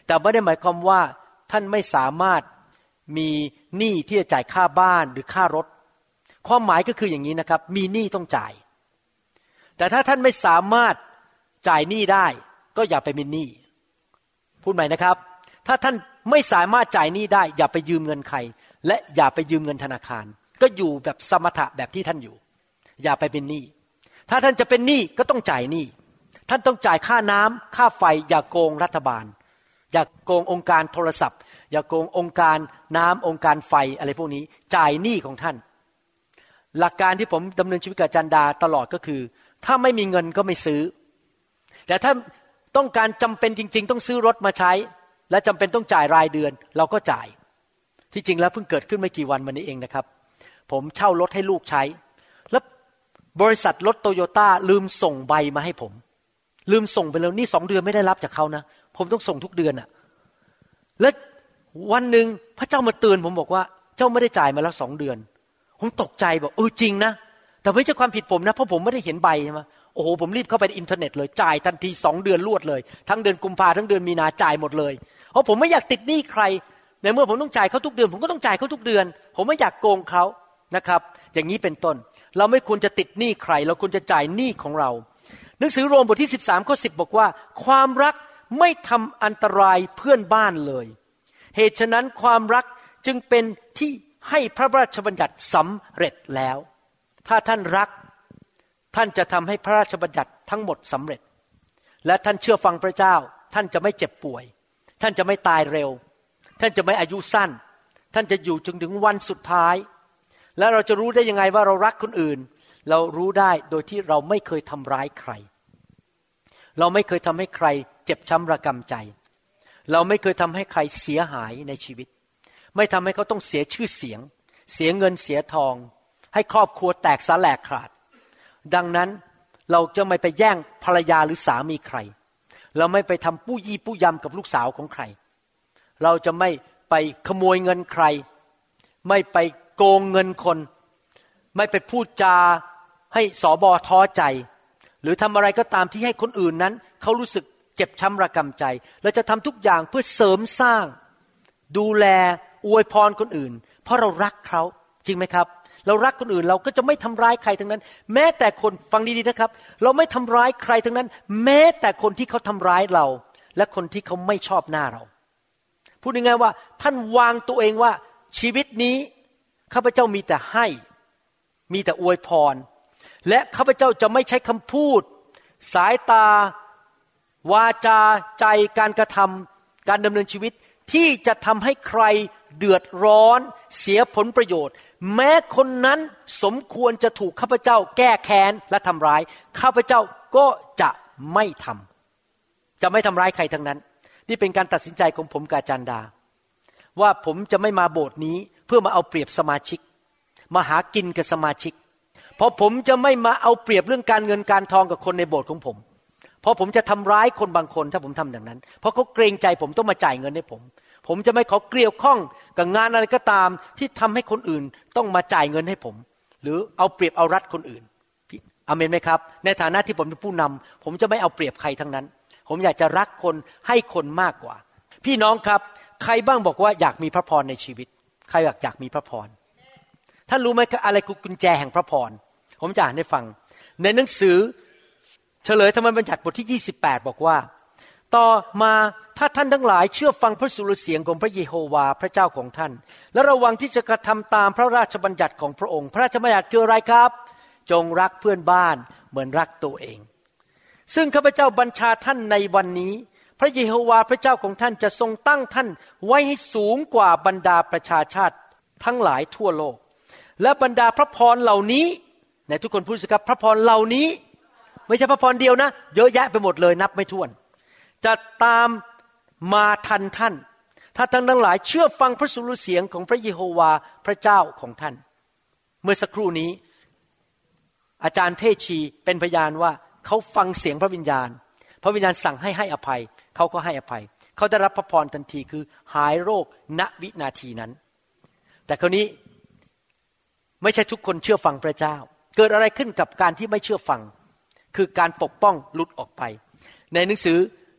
แต่ไม่ได้หมายความว่าท่านไม่สามารถมีหนี้ที่จะจ่ายค่าบ้านหรือค่ารถความหมายก็คืออย่างนี้นะครับมีหนี้ต้องจ่ายแต่ถ้าท่านไม่สามารถจ่ายหนี้ได้ก็อย่าไปมีหนี้พูดใหม่นะครับถ้าท่านไม่สามารถจ่ายหนี้ได้อย่าไปยืมเงินใครและอย่าไปยืมเงินธนาคารก็อยู่แบบสมถะแบบที่ท่านอยู่อย่าไปเป็นหนี้ถ้าท่านจะเป็นหนี้ก็ต้องจ่ายหนี้ท่านต้องจ่ายค่าน้ำค่าไฟอย่าโกงรัฐบาลอย่าโกงองค์การโทรศัพท์อย่าโกงองค์การน้ำองค์การไฟอะไรพวกนี้จ่ายหนี้ของท่านหลักการที่ผมดำเนินชีวิตกับจันดาตลอดก็คือถ้าไม่มีเงินก็ไม่ซื้อแต่ถ้าต้องการจำเป็นจริงๆต้องซื้อรถมาใช้และจำเป็นต้องจ่ายรายเดือนเราก็จ่ายที่จริงแล้วเพิ่งเกิดขึ้นไม่กี่วันมานี้เองนะครับผมเช่ารถให้ลูกใช้แล้วบริษัทรถโตโยต้าลืมส่งใบมาให้ผมลืมส่งไปแล้วนี่สองเดือนไม่ได้รับจากเขานะผมต้องส่งทุกเดือนอ่ะแล้ววันหนึ่งพระเจ้ามาเตือนผมบอกว่าเจ้าไม่ได้จ่ายมาแล้วสองเดือนผมตกใจบอกเออจริงนะแต่ไม่ใช่ความผิดผมนะเพราะผมไม่ได้เห็นใบใช่ไหมโอ้โหผมรีบเข้าไปในอินเทอร์เน็ตเลยจ่ายทันทีสองเดือนรวดเลยทั้งเดือนกุมภาทั้งเดือนมีนาจ่ายหมดเลยเพราะผมไม่อยากติดหนี้ใครในเมื่อผมต้องจ่ายเขาทุกเดือนผมก็ต้องจ่ายเขาทุกเดือนผมไม่อยากโกงเขานะครับอย่างนี้เป็นต้นเราไม่ควรจะติดหนี้ใครเราควรจะจ่ายหนี้ของเราหนังสือโรมบทที่สิบสามข้อสิบบอกว่าความรักไม่ทำอันตรายเพื่อนบ้านเลยเหตุฉะนั้นความรักจึงเป็นที่ให้พระราชบัญญัติสำเร็จแล้วถ้าท่านรักท่านจะทำให้พระราชบัญญัติทั้งหมดสำเร็จและท่านเชื่อฟังพระเจ้าท่านจะไม่เจ็บป่วยท่านจะไม่ตายเร็วท่านจะไม่อายุสั้นท่านจะอยู่จนถึงวันสุดท้ายแล้วเราจะรู้ได้ยังไงว่าเรารักคนอื่นเรารู้ได้โดยที่เราไม่เคยทำร้ายใครเราไม่เคยทำให้ใครเจ็บช้ำระกำใจเราไม่เคยทำให้ใครเสียหายในชีวิตไม่ทำให้เขาต้องเสียชื่อเสียงเสียเงินเสียทองให้ครอบครัวแตกสาแหลกขาดดังนั้นเราจะไม่ไปแย่งภรรยาหรือสามีใครเราไม่ไปทำปู้ยี่ปู้ยำกับลูกสาวของใครเราจะไม่ไปขโมยเงินใครไม่ไปโกงเงินคนไม่ไปพูดจาให้สบท้อใจหรือทำอะไรก็ตามที่ให้คนอื่นนั้นเขารู้สึกเจ็บช้ำระกำใจเราจะทำทุกอย่างเพื่อเสริมสร้างดูแลอวยพรคนอื่นเพราะเรารักเขาจริงไหมครับเรารักคนอื่นเราก็จะไม่ทำร้ายใครทั้งนั้นแม้แต่คนฟังดีๆนะครับเราไม่ทำร้ายใครทั้งนั้นแม้แต่คนที่เขาทำร้ายเราและคนที่เขาไม่ชอบหน้าเราพูดง่ายๆว่าท่านวางตัวเองว่าชีวิตนี้ข้าพเจ้ามีแต่ให้มีแต่อวยพรและข้าพเจ้าจะไม่ใช้คำพูดสายตาวาจาใจการกระทำการดำเนินชีวิตที่จะทำให้ใครเดือดร้อนเสียผลประโยชน์แม้คนนั้นสมควรจะถูกข้าพเจ้าแก้แค้นและทำร้ายข้าพเจ้าก็จะไม่ทำจะไม่ทำร้ายใครทั้งนั้นนี่เป็นการตัดสินใจของผมกับอาจารย์ดาว่าผมจะไม่มาโบสถ์นี้เพื่อมาเอาเปรียบสมาชิกมาหากินกับสมาชิกเพราะผมจะไม่มาเอาเปรียบเรื่องการเงินการทองกับคนในโบสถ์ของผมเพราะผมจะทำร้ายคนบางคนถ้าผมทำอย่างนั้นเพราะเขาเกรงใจผมต้องมาจ่ายเงินให้ผมผมจะไม่ขอเกี่ยวข้องกับงานอะไรก็ตามที่ทำให้คนอื่นต้องมาจ่ายเงินให้ผมหรือเอาเปรียบเอารัดคนอื่นอาเมนไหมครับในฐานะที่ผมเป็นผู้นำผมจะไม่เอาเปรียบใครทั้งนั้นผมอยากจะรักคนให้คนมากกว่าพี่น้องครับใครบ้างบอกว่าอยากมีพระพรในชีวิตใครอยากอยากมีพระพรท่านรู้ไหมอะไรคือกุญแจแห่งพระพรผมจะอ่านให้ฟังในหนังสือเฉลยธรรมบัญญัติบทที่ยี่สิบแปดบอกว่าต่อมาถ้าท่านทั้งหลายเชื่อฟังพระสุรเสียงของพระเยโฮวาห์พระเจ้าของท่านและระวังที่จะกระทำตามพระราชบัญญัติของพระองค์พระราชบัญญัติคืออะไรครับจงรักเพื่อนบ้านเหมือนรักตัวเองซึ่งข้าพเจ้าบัญชาท่านในวันนี้พระเยโฮวาห์พระเจ้าของท่านจะทรงตั้งท่านไว้ให้สูงกว่าบรรดาประชาชาติทั้งหลายทั่วโลกและบรรดาพระพรเหล่านี้ไหนทุกคนพูดสิครับพระพรเหล่านี้ไม่ใช่พระพรเดียวนะเยอะแยะไปหมดเลยนับไม่ถ้วนจะตามมาทันท่านถ้าท่านทั้งหลายเชื่อฟังพระสุรเสียงของพระเยโฮวาห์พระเจ้าของท่านเมื่อสักครู่นี้อาจารย์เทชีเป็นพยานว่าเขาฟังเสียงพระวิญญาณพระวิญญาณสั่งให้ให้อภัยเขาก็ให้อภัยเขาได้รับพระพรทันทีคือหายโรคณวินาทีนั้นแต่คราวนี้ไม่ใช่ทุกคนเชื่อฟังพระเจ้าเกิดอะไรขึ้นกับการที่ไม่เชื่อฟังคือการปกป้องหลุดออกไปในหนังสือ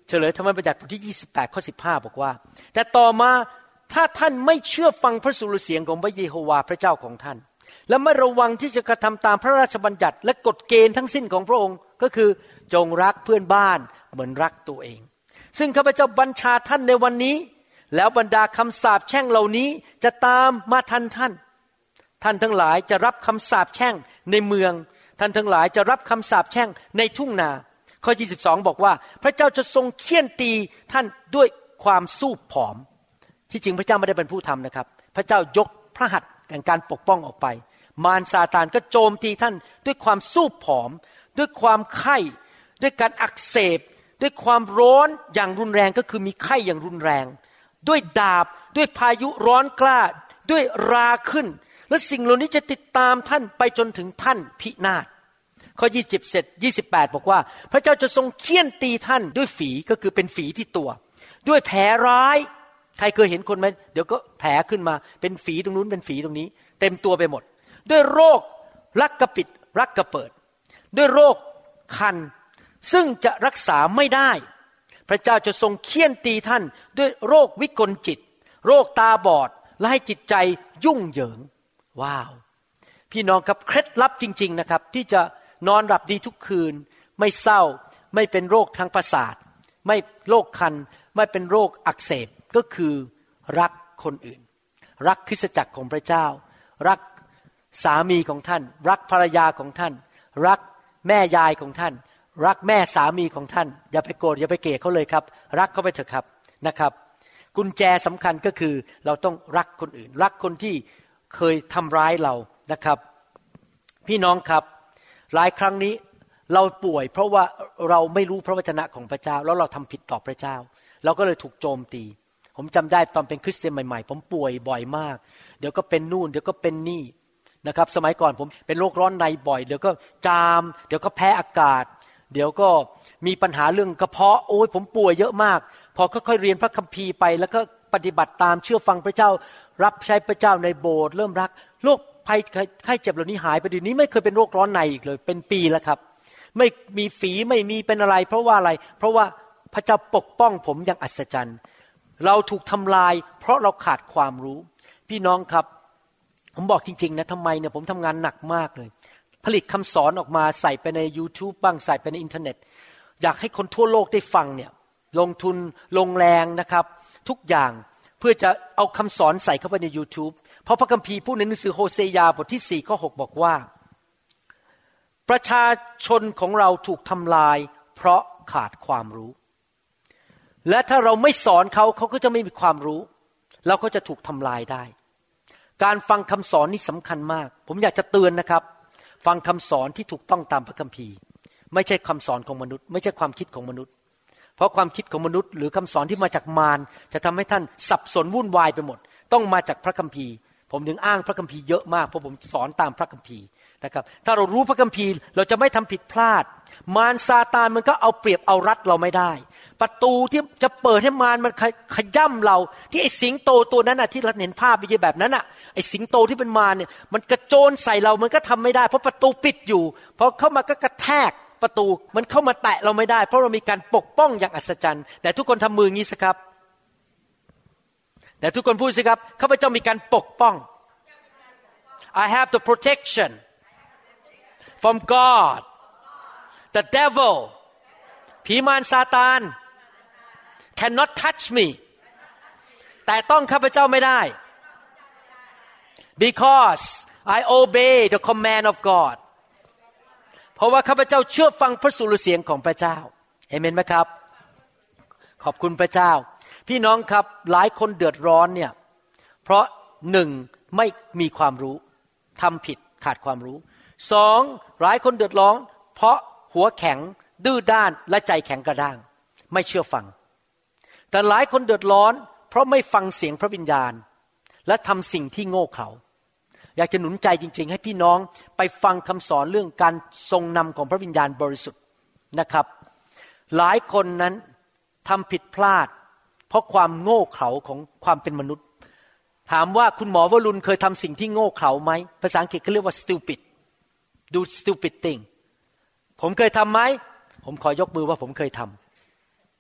เฉลยธรรมบัญญัติบทที่ยี่สิบแปดข้อสิบห้าบอกว่าแต่ต่อมาถ้าท่านไม่เชื่อฟังพระสุรเสียงของพระเยโฮวาห์พระเจ้าของท่านและไม่ระวังที่จะกระทำตามพระราชบัญญัติและกฎเกณฑ์ทั้งสิ้นของพระองค์ก็คือจงรักเพื่อนบ้านเหมือนรักตัวเองซึ่งข้าพเจ้าบัญชาท่านในวันนี้แล้วบรรดาคำสาปแช่งเหล่านี้จะตามมาทันท่านท่านทั้งหลายจะรับคำสาปแช่งในเมืองท่านทั้งหลายจะรับคำสาปแช่งในทุ่งนาข้อยี่สิบสองบอกว่าพระเจ้าจะทรงเฆี่ยนตีท่านด้วยความสู้ผอมที่จริงพระเจ้าไม่ได้เป็นผู้ทำนะครับพระเจ้ายกพระหัตถ์แห่งการปกป้องออกไปมารซาตานก็โจมตีท่านด้วยความสู้ผอมด้วยความไข้ด้วยการอักเสบด้วยความร้อนอย่างรุนแรงก็คือมีไข้อย่างรุนแรงด้วยดาบด้วยพายุร้อนกล้าด้วยราขึ้นและสิ่งเหล่านี้จะติดตามท่านไปจนถึงท่านพินาศข้อยี่สิบเสร็จยี่สิบแปดบอกว่าพระเจ้าจะทรงเฆี่ยนตีท่านด้วยฝีก็คือเป็นฝีที่ตัวด้วยแผลร้ายใครเคยเห็นคนไหมเดี๋ยวก็แผลขึ้นมาเป็นฝีตรงนู้นเป็นฝีตรงนี้เต็มตัวไปหมดด้วยโรครักกระปิดรักกระเปิดด้วยโรคคันซึ่งจะรักษาไม่ได้พระเจ้าจะทรงเฆี่ยนตีท่านด้วยโรควิกลจิตโรคตาบอดและให้จิตใจยุ่งเหยิงว้าวพี่น้องครับเคล็ดลับจริงๆนะครับที่จะนอนหลับดีทุกคืนไม่เศร้าไม่เป็นโรคทางประสาทไม่โรคคันไม่เป็นโรคอักเสบก็คือรักคนอื่นรักคริสตจักรของพระเจ้ารักสามีของท่านรักภรรยาของท่านรักแม่ยายของท่านรักแม่สามีของท่านอย่าไปโกรธอย่าไปเกลียดเขาเลยครับรักเขาไปเถอะครับนะครับกุญแจสำคัญก็คือเราต้องรักคนอื่นรักคนที่เคยทำร้ายเรานะครับพี่น้องครับหลายครั้งนี้เราป่วยเพราะว่าเราไม่รู้พระวจนะของพระเจ้าแล้วเราทำผิดต่อพระเจ้าเราก็เลยถูกโจมตีผมจำได้ตอนเป็นคริสเตียนใหม่ๆผมป่วยบ่อยมากเดี๋ยวก็เป็นนู่นเดี๋ยวก็เป็นนี่นะครับสมัยก่อนผมเป็นโรคร้อนในบ่อยเดี๋ยวก็จามเดี๋ยวก็แพ้อากาศเดี๋ยวก็มีปัญหาเรื่องกระเพาะโอ้ยผมป่วยเยอะมากพอค่อยๆเรียนพระคัมภีร์ไปแล้วก็ปฏิบัติตามเชื่อฟังพระเจ้ารับใช้พระเจ้าในโบสถ์เริ่มรักโรคภัยไข้เจ็บเหล่านี้หายไปเดี๋ยวนี้ไม่เคยเป็นโรคร้อนในอีกเลยเป็นปีแล้วครับไม่มีฝีไม่มีเป็นอะไรเพราะว่าอะไรเพราะว่าพระเจ้าปกป้องผมอย่างอัศจรรย์เราถูกทำลายเพราะเราขาดความรู้พี่น้องครับผมบอกจริงๆนะทำไมเนี่ยผมทำงานหนักมากเลยผลิตคำสอนออกมาใส่ไปใน YouTube บ้างใส่ไปในอินเทอร์เน็ตอยากให้คนทั่วโลกได้ฟังเนี่ยลงทุนลงแรงนะครับทุกอย่างเพื่อจะเอาคำสอนใส่เข้าไปใน YouTube เพราะพระคัมภีร์พูดในหนังสือโฮเซยาบทที่สี่ข้อหกบอกว่าประชาชนของเราถูกทำลายเพราะขาดความรู้และถ้าเราไม่สอนเขาเขาก็จะไม่มีความรู้เราก็จะถูกทำลายได้การฟังคำสอนนี่สำคัญมากผมอยากจะเตือนนะครับฟังคำสอนที่ถูกต้องตามพระคัมภีร์ไม่ใช่คำสอนของมนุษย์ไม่ใช่ความคิดของมนุษย์เพราะความคิดของมนุษย์หรือคำสอนที่มาจากมารจะทำให้ท่านสับสนวุ่นวายไปหมดต้องมาจากพระคัมภีร์ผมถึงอ้างพระคัมภีร์เยอะมากเพราะผมสอนตามพระคัมภีร์นะครับถ้าเรารู้พระคัมภีร์เราจะไม่ทำผิดพลาดมารซาตานมันก็เอาเปรียบเอารัดเราไม่ได้ประตูที่จะเปิดให้มารมันขย่ำเราที่ไอ้สิงโตตัวนั้นน่ะที่เราเห็นภาพไปแบบนั้นน่ะไอ้สิงโตที่เป็นมารเนี่ยมันกระโจนใส่เรามันก็ทำไม่ได้เพราะประตูปิดอยู่พอเข้ามาก็กระแทกประตูมันเข้ามาแตะเราไม่ได้เพราะเรามีการปกป้องอย่างอัศจรรย์แต่ทุกคนทำมืออย่างนี้สิครับแต่ทุกคนพูดสิครับข้าพเจ้ามีการปกป้อง I have the protection from God the devil ผีมารซาตาน cannot touch me แต่ต้องข้าพเจ้าไม่ได้ because I obey the command of God เพราะว่าข้าพเจ้าเชื่อฟังพระสุรเสียงของพระเจ้าเอเมนไหมครับขอบคุณพระเจ้าพี่น้องครับหลายคนเดือดร้อนเนี่ยเพราะหนึ่งไม่มีความรู้ทำผิดขาดความรู้สองหลายคนเดือดร้อนเพราะหัวแข็งดื้อด้านและใจแข็งกระด้างไม่เชื่อฟังแต่หลายคนเดือดร้อนเพราะไม่ฟังเสียงพระวิญญาณและทำสิ่งที่โง่เขลาอยากจะหนุนใจจริงๆให้พี่น้องไปฟังคำสอนเรื่องการทรงนำของพระวิญญาณบริสุทธิ์นะครับหลายคนนั้นทำผิดพลาดเพราะความโง่เขลาของความเป็นมนุษย์ถามว่าคุณหมอวรุณเคยทำสิ่งที่โง่เขลาไหมภาษาอังกฤษเขาเรียกว่า stupid do stupid thing ผมเคยทำไหมผมขอยกมือว่าผมเคยท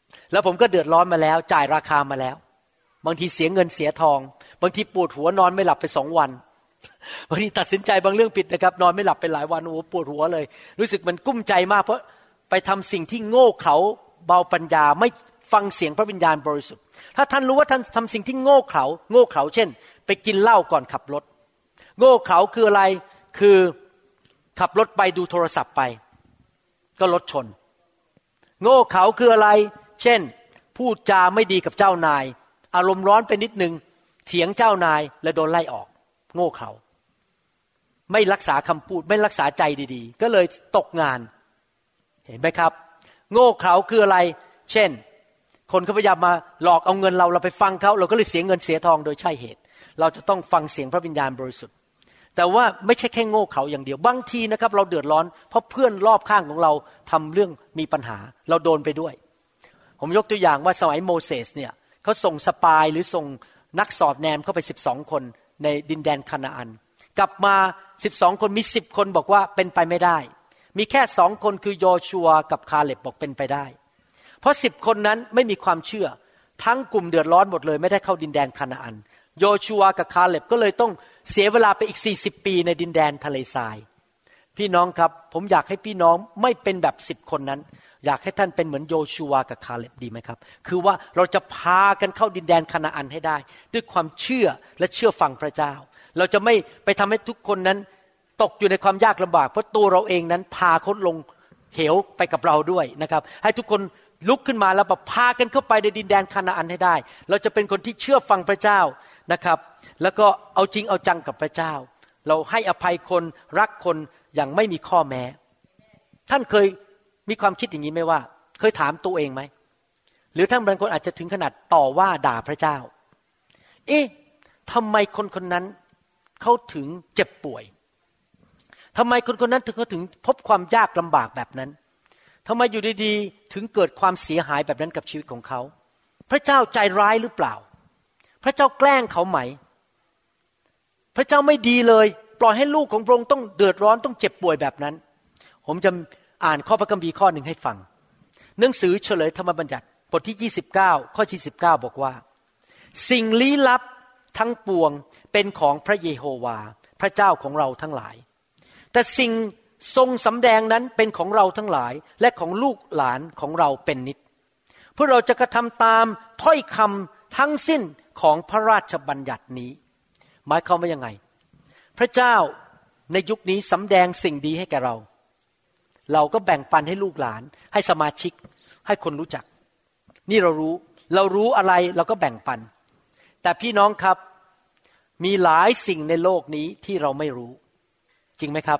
แล้วผมก็เดือดร้อนมาแล้วจ่ายราคามาแล้วบางทีเสียเงินเสียทองบางทีปวดหัวนอนไม่หลับไปสองวันบางทีตัดสินใจบางเรื่องผิดนะครับนอนไม่หลับไปหลายวันโอ้ปวดหัวเลยรู้สึกมันกุ้มใจมากเพราะไปทำสิ่งที่โง่เขลาเบาปัญญาไม่ฟังเสียงพระวิญญาณบริสุทธิ์ถ้าท่านรู้ว่าท่านทำสิ่งที่โง่เขลาโง่เขลาเช่นไปกินเหล้าก่อนขับรถโง่เขลาคืออะไรคือขับรถไปดูโทรศัพท์ไปก็รถชนโง่เขลาคืออะไรเช่นพูดจาไม่ดีกับเจ้านายอารมณ์ร้อนไปนิดนึงเถียงเจ้านายและโดนไล่ออกโง่เขลาไม่รักษาคำพูดไม่รักษาใจดีๆก็เลยตกงานเห็นไหมครับโง่เขลาคืออะไรเช่นคนเขาพยายามมาหลอกเอาเงินเราเราไปฟังเขาเราก็เลยเสียเงินเสียทองโดยใช่เหตุเราจะต้องฟังเสียงพระวิญญาณบริสุทธิ์แต่ว่าไม่ใช่แค่โง่เขลาอย่างเดียวบางทีนะครับเราเดือดร้อนเพราะเพื่อนรอบข้างของเราทำเรื่องมีปัญหาเราโดนไปด้วยผมยกตัวอย่างว่าสมัยโมเสสเนี่ยเขาส่งสปายหรือส่งนักสอดแนมเข้าไปสิบสองคนในดินแดนคานาอันกลับมาสิบสองคนมีสิบคนบอกว่าเป็นไปไม่ได้มีแค่สองคนคือโยชัวกับคาเลบบอกเป็นไปได้เพราะสิบคนนั้นไม่มีความเชื่อทั้งกลุ่มเดือดร้อนหมดเลยไม่ได้เข้าดินแดนคานาอันโยชัวกับคาเลบก็เลยต้องเสียเวลาไปอีกสี่สิบปีในดินแดนทะเลทรายพี่น้องครับผมอยากให้พี่น้องไม่เป็นแบบสิบคนนั้นอยากให้ท่านเป็นเหมือนโยชัวกับคาเลบดีไหมครับคือว่าเราจะพากันเข้าดินแดนคานาอันให้ได้ด้วยความเชื่อและเชื่อฟังพระเจ้าเราจะไม่ไปทำให้ทุกคนนั้นตกอยู่ในความยากลำบากเพราะตัวเราเองนั้นพาเขาลงเหวไปกับเราด้วยนะครับให้ทุกคนลุกขึ้นมาแล้วพากันเข้าไปในดินแดนคานาอันให้ได้เราจะเป็นคนที่เชื่อฟังพระเจ้านะครับแล้วก็เอาจริงเอาจังกับพระเจ้าเราให้อภัยคนรักคนอย่างไม่มีข้อแม้ท่านเคยมีความคิดอย่างนี้ไหมว่าเคยถามตัวเองไหมหรือท่านบางคนอาจจะถึงขนาดต่อว่าด่าพระเจ้าเอ๊ะทำไมคนคนนั้นเขาถึงเจ็บป่วยทำไมคนคนนั้นถึงเขาถึงพบความยากลำบากแบบนั้นทำไมอยู่ดีๆถึงเกิดความเสียหายแบบนั้นกับชีวิตของเขาพระเจ้าใจร้ายหรือเปล่าพระเจ้าแกล้งเขาไหมพระเจ้าไม่ดีเลยปล่อยให้ลูกของพระองค์ต้องเดือดร้อนต้องเจ็บป่วยแบบนั้นผมจะอ่านข้อพระคัมภีร์ข้อหนึ่งให้ฟังหนังสือเฉลยธรรมบัญญัติบทที่ยี่สิบเก้าข้อที่สิบเก้าบอกว่าสิ่งลี้ลับทั้งปวงเป็นของพระเยโฮวาพระเจ้าของเราทั้งหลายแต่สิ่งทรงสำแดงนั้นเป็นของเราทั้งหลายและของลูกหลานของเราเป็นนิจเพื่อเราจะกระทำตามถ้อยคำทั้งสิ้นของพระราชบัญญัตินี้หมายความว่ายังไงพระเจ้าในยุคนี้สำแดงสิ่งดีให้แก่เราเราก็แบ่งปันให้ลูกหลานให้สมาชิกให้คนรู้จักนี่เรารู้เรารู้อะไรเราก็แบ่งปันแต่พี่น้องครับมีหลายสิ่งในโลกนี้ที่เราไม่รู้จริงไหมครับ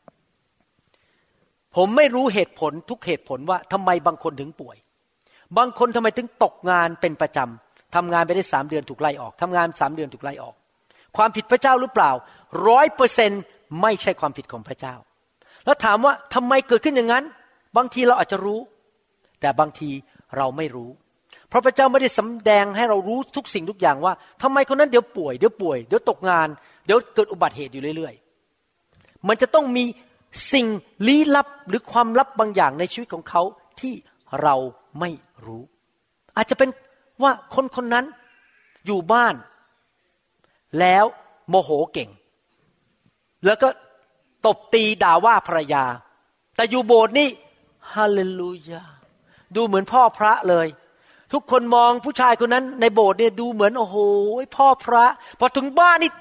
ผมไม่รู้เหตุผลทุกเหตุผลว่าทำไมบางคนถึงป่วยบางคนทำไมถึงตกงานเป็นประจำทำงานไปได้สามเดือนถูกไล่ออกทำงานสามเดือนถูกไล่ออกความผิดพระเจ้าหรือเปล่าร้อยเปอร์เซ็นต์ไม่ใช่ความผิดของพระเจ้าแล้วถามว่าทำไมเกิดขึ้นอย่างนั้นบางทีเราอาจจะรู้แต่บางทีเราไม่รู้เพราะพระเจ้าไม่ได้สำแดงให้เรารู้ทุกสิ่งทุกอย่างว่าทำไมคนนั้นเดี๋ยวป่วยเดี๋ยวป่วยเดี๋ยวตกงานเดี๋ยวเกิดอุบัติเหตุอยู่เรื่อยๆมันจะต้องมีสิ่งลี้ลับหรือความลับบางอย่างในชีวิตของเขาที่เราไม่รู้อาจจะเป็นว่าคนคนนั้นอยู่บ้านแล้วโมโหเก่งแล้วก็ตบตีด่าว่าภรรยาแต่อยู่โบสถ์นี่ฮาเลลูยาดูเหมือนพ่อพระเลยทุกคนมองผู้ชายคนนั้นในโบสถ์เนี่ยดูเหมือนโอ้โหพ่อพระพอถึงบ้านนี่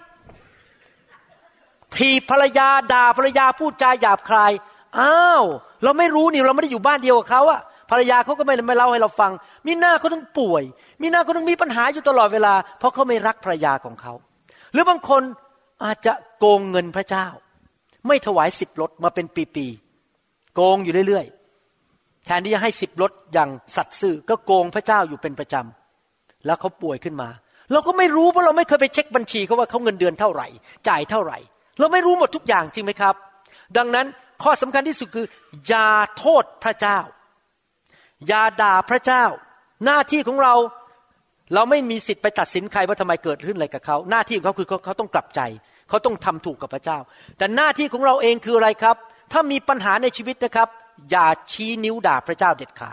ถีบภรรยาด่าภรรยาพูดจาหยาบคายอ้าวเราไม่รู้นี่เราไม่ได้อยู่บ้านเดียวกับเขาอะภรรยาเขาก็ไม่ไม่เล่าให้เราฟังมีหน้าเขาต้องป่วยมีหน้าเขาต้องมีปัญหาอยู่ตลอดเวลาเพราะเขาไม่รักภรรยาของเขาหรือบางคนอาจจะโกงเงินพระเจ้าไม่ถวายสิบรถมาเป็นปีๆโกงอยู่เรื่อยๆแทนที่จะให้สิบรถอย่างสัตย์ซื่อก็โกงพระเจ้าอยู่เป็นประจำแล้วเขาป่วยขึ้นมาเราก็ไม่รู้เพราะเราไม่เคยไปเช็คบัญชีเขาว่าเขาเงินเดือนเท่าไหร่จ่ายเท่าไหร่เราไม่รู้หมดทุกอย่างจริงไหมครับดังนั้นข้อสำคัญที่สุดคืออย่าโทษพระเจ้าอย่าด่าพระเจ้าหน้าที่ของเราเราไม่มีสิทธิ์ไปตัดสินใครว่าทำไมเกิดขึ้นอะไรกับเขาหน้าที่ของเขาคือเขาเขาต้องกลับใจเขาต้องทำถูกกับพระเจ้าแต่หน้าที่ของเราเองคืออะไรครับถ้ามีปัญหาในชีวิตนะครับอย่าชี้นิ้วด่าพระเจ้าเด็ดขาด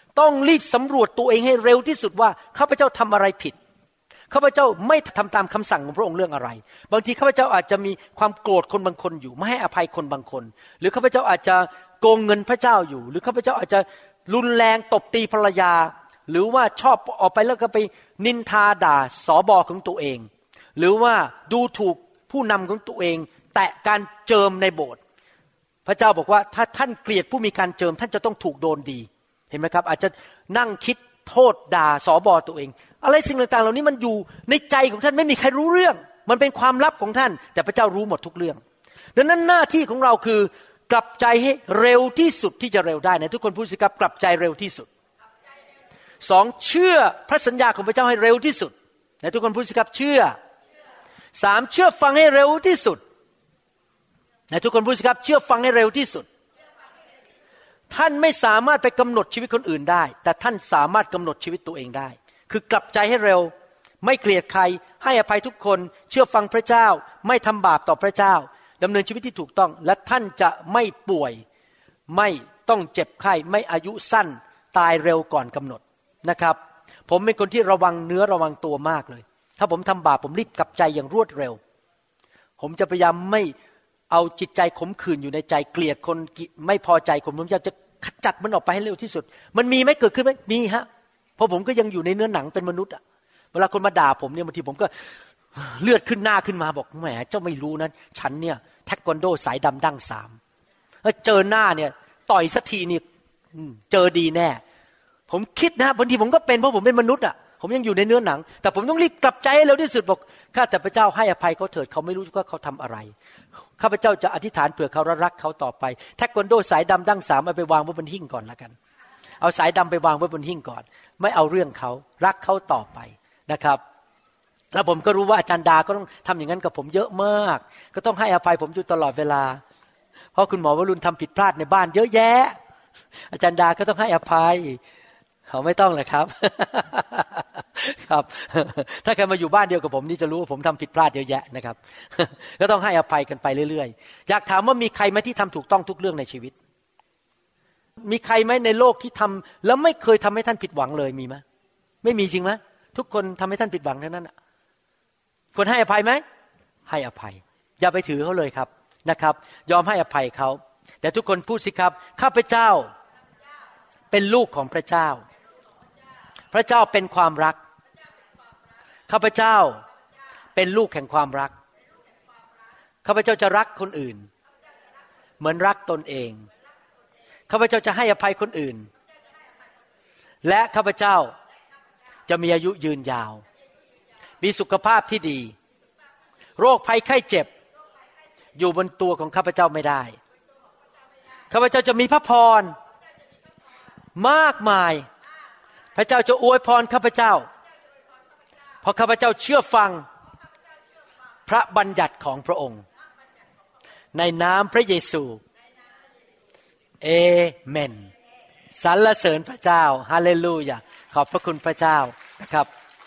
ต้องรีบสำรวจตัวเองให้เร็วที่สุดว่าข้าพเจ้าทำอะไรผิดข้าพเจ้าไม่ทำตามคำสั่งของพระองค์เรื่องอะไรบางทีข้าพเจ้าอาจจะมีความโกรธคนบางคนอยู่ไม่ให้อภัยคนบางคนหรือข้าพเจ้าอาจจะโกงเงินพระเจ้าอยู่หรือข้าพเจ้าอาจจะรุนแรงตบตีภรรยาหรือว่าชอบออกไปแล้วก็ไปนินทาด่าสบของตัวเองหรือว่าดูถูกผู้นำของตัวเองแตะการเจิมในโบสถ์พระเจ้าบอกว่าถ้าท่านเกลียดผู้มีการเจิมท่านจะต้องถูกโดนดีเห็นไหมครับอาจจะนั่งคิดโทษด่าสบตัวเองอะไรสิ่งต่างๆเหล่านี้มันอยู่ในใจของท่านไม่มีใครรู้เรื่องมันเป็นความลับของท่านแต่พระเจ้ารู้หมดทุกเรื่องดังนั้นหน้าที่ของเราคือกลับใจให้เร็วที่สุดที่จะเร็วได้นะทุกคนพูดสิครับกลับใจเร็วที่สุดสองเชื่อพระสัญญาของพระเจ้าให้เร็วที่สุดนะทุกคนพูดสิครับเชื่อสามเชื่อฟังให้เร็วที่สุดนะทุกคนพูดสิครับเชื่อฟังให้เร็วที่สุดท่านไม่สามารถไปกำหนดชีวิตคนอื่นได้แต่ท่านสามารถกำหนดชีวิตตัวเองได้คือกลับใจให้เร็วไม่เกลียดใครให้อภัยทุกคนเชื่อฟังพระเจ้าไม่ทำบาปต่อพระเจ้าดำเนินชีวิตที่ถูกต้องและท่านจะไม่ป่วยไม่ต้องเจ็บไข้ไม่อายุสั้นตายเร็วก่อนกำหนดนะครับผมเป็นคนที่ระวังเนื้อระวังตัวมากเลยถ้าผมทำบาปผมรีบกลับใจอย่างรวดเร็วผมจะพยายามไม่เอาจิตใจขมขื่นอยู่ในใจเกลียดคนไม่พอใจผมผมจะขจัดมันออกไปให้เร็วที่สุดมันมีไหมเกิดขึ้นไหมมีฮะเพราะผมก็ยังอยู่ในเนื้อหนังเป็นมนุษย์อะเวลาคนมาด่าผมเนี่ยบางทีผมก็เลือดขึ้นหน้าขึ้นมาบอกแหมเจ้าไม่รู้นะฉันเนี่ยเทควันโดสายดำดั้งสามแล้วเจอหน้าเนี่ยต่อยสักทีนี่เจอดีแน่ผมคิดนะบางทีผมก็เป็นเพราะผมเป็นมนุษย์อะผมยังอยู่ในเนื้อหนังแต่ผมต้องรีบกลับใจให้เร็วที่สุดบอกข้าแต่พระเจ้าให้อภัยเขาเถิดเขาไม่รู้ว่าเขาทำอะไรข้าพเจ้าจะอธิษฐานเผื่อเขาและรักเขาต่อไปเทควันโดสายดำดั้งสามเอาไปวางไว้บนหิ้งก่อนละกันเอาสายดำไปวางไว้บนหิ้งก่อนไม่เอาเรื่องเขารักเขาต่อไปนะครับแล้วผมก็รู้ว่าอาจารย์ดาก็ต้องทำอย่างนั้นกับผมเยอะมากก็ต้องให้อภัยผมอยู่ตลอดเวลาเพราะคุณหมอวรุณทำผิดพลาดในบ้านเยอะแยะอาจารย์ดาก็ต้องให้อภัยเขาไม่ต้องเลยครับครับถ้าใครมาอยู่บ้านเดียวกับผมนี่จะรู้ว่าผมทำผิดพลาดเยอะแยะนะครับก็ต้องให้อภัยกันไปเรื่อยๆอยากถามว่ามีใครไหมที่ทำถูกต้องทุกเรื่องในชีวิตมีใครไหมในโลกที่ทำแล้วไม่เคยทำให้ท่านผิดหวังเลยมีไหมไม่มีจริงไหมทุกคนทำให้ท่านผิดหวังทั้งนั้นอ่ะควรให้อภัยไหมให้อภัยอย่าไปถือเขาเลยครับนะครับยอมให้อภัยเขาแต่ทุกคนพูดสิครับข้าพเจ้าเป็นลูกของพระเจ้าพระเจ้าเป็นความรักข้าพเจ้าเป็นลูกแห่งความรักข้าพเจ้าจะรักคนอื่นเหมือนรักตนเองข้าพเจ้าจะให้อภัยคนอื่นและข้าพเจ้าจะมีอายุยืนยาวมีสุขภาพที่ดีโรคภัยไข้เจ็บอยู่บนตัวของข้าพเจ้าไม่ได้ข้าพเจ้าจะมีพระพรมากมายพระเจ้าจะอวยพรข้าพเจ้าเพราะข้าพเจ้าเชื่อฟังพระบัญญัติของพระองค์ในนามพระเยซูเอเมนสรรเสริญพระเจ้าฮาเลลูยาขอบพระคุณพระเจ้านะครับ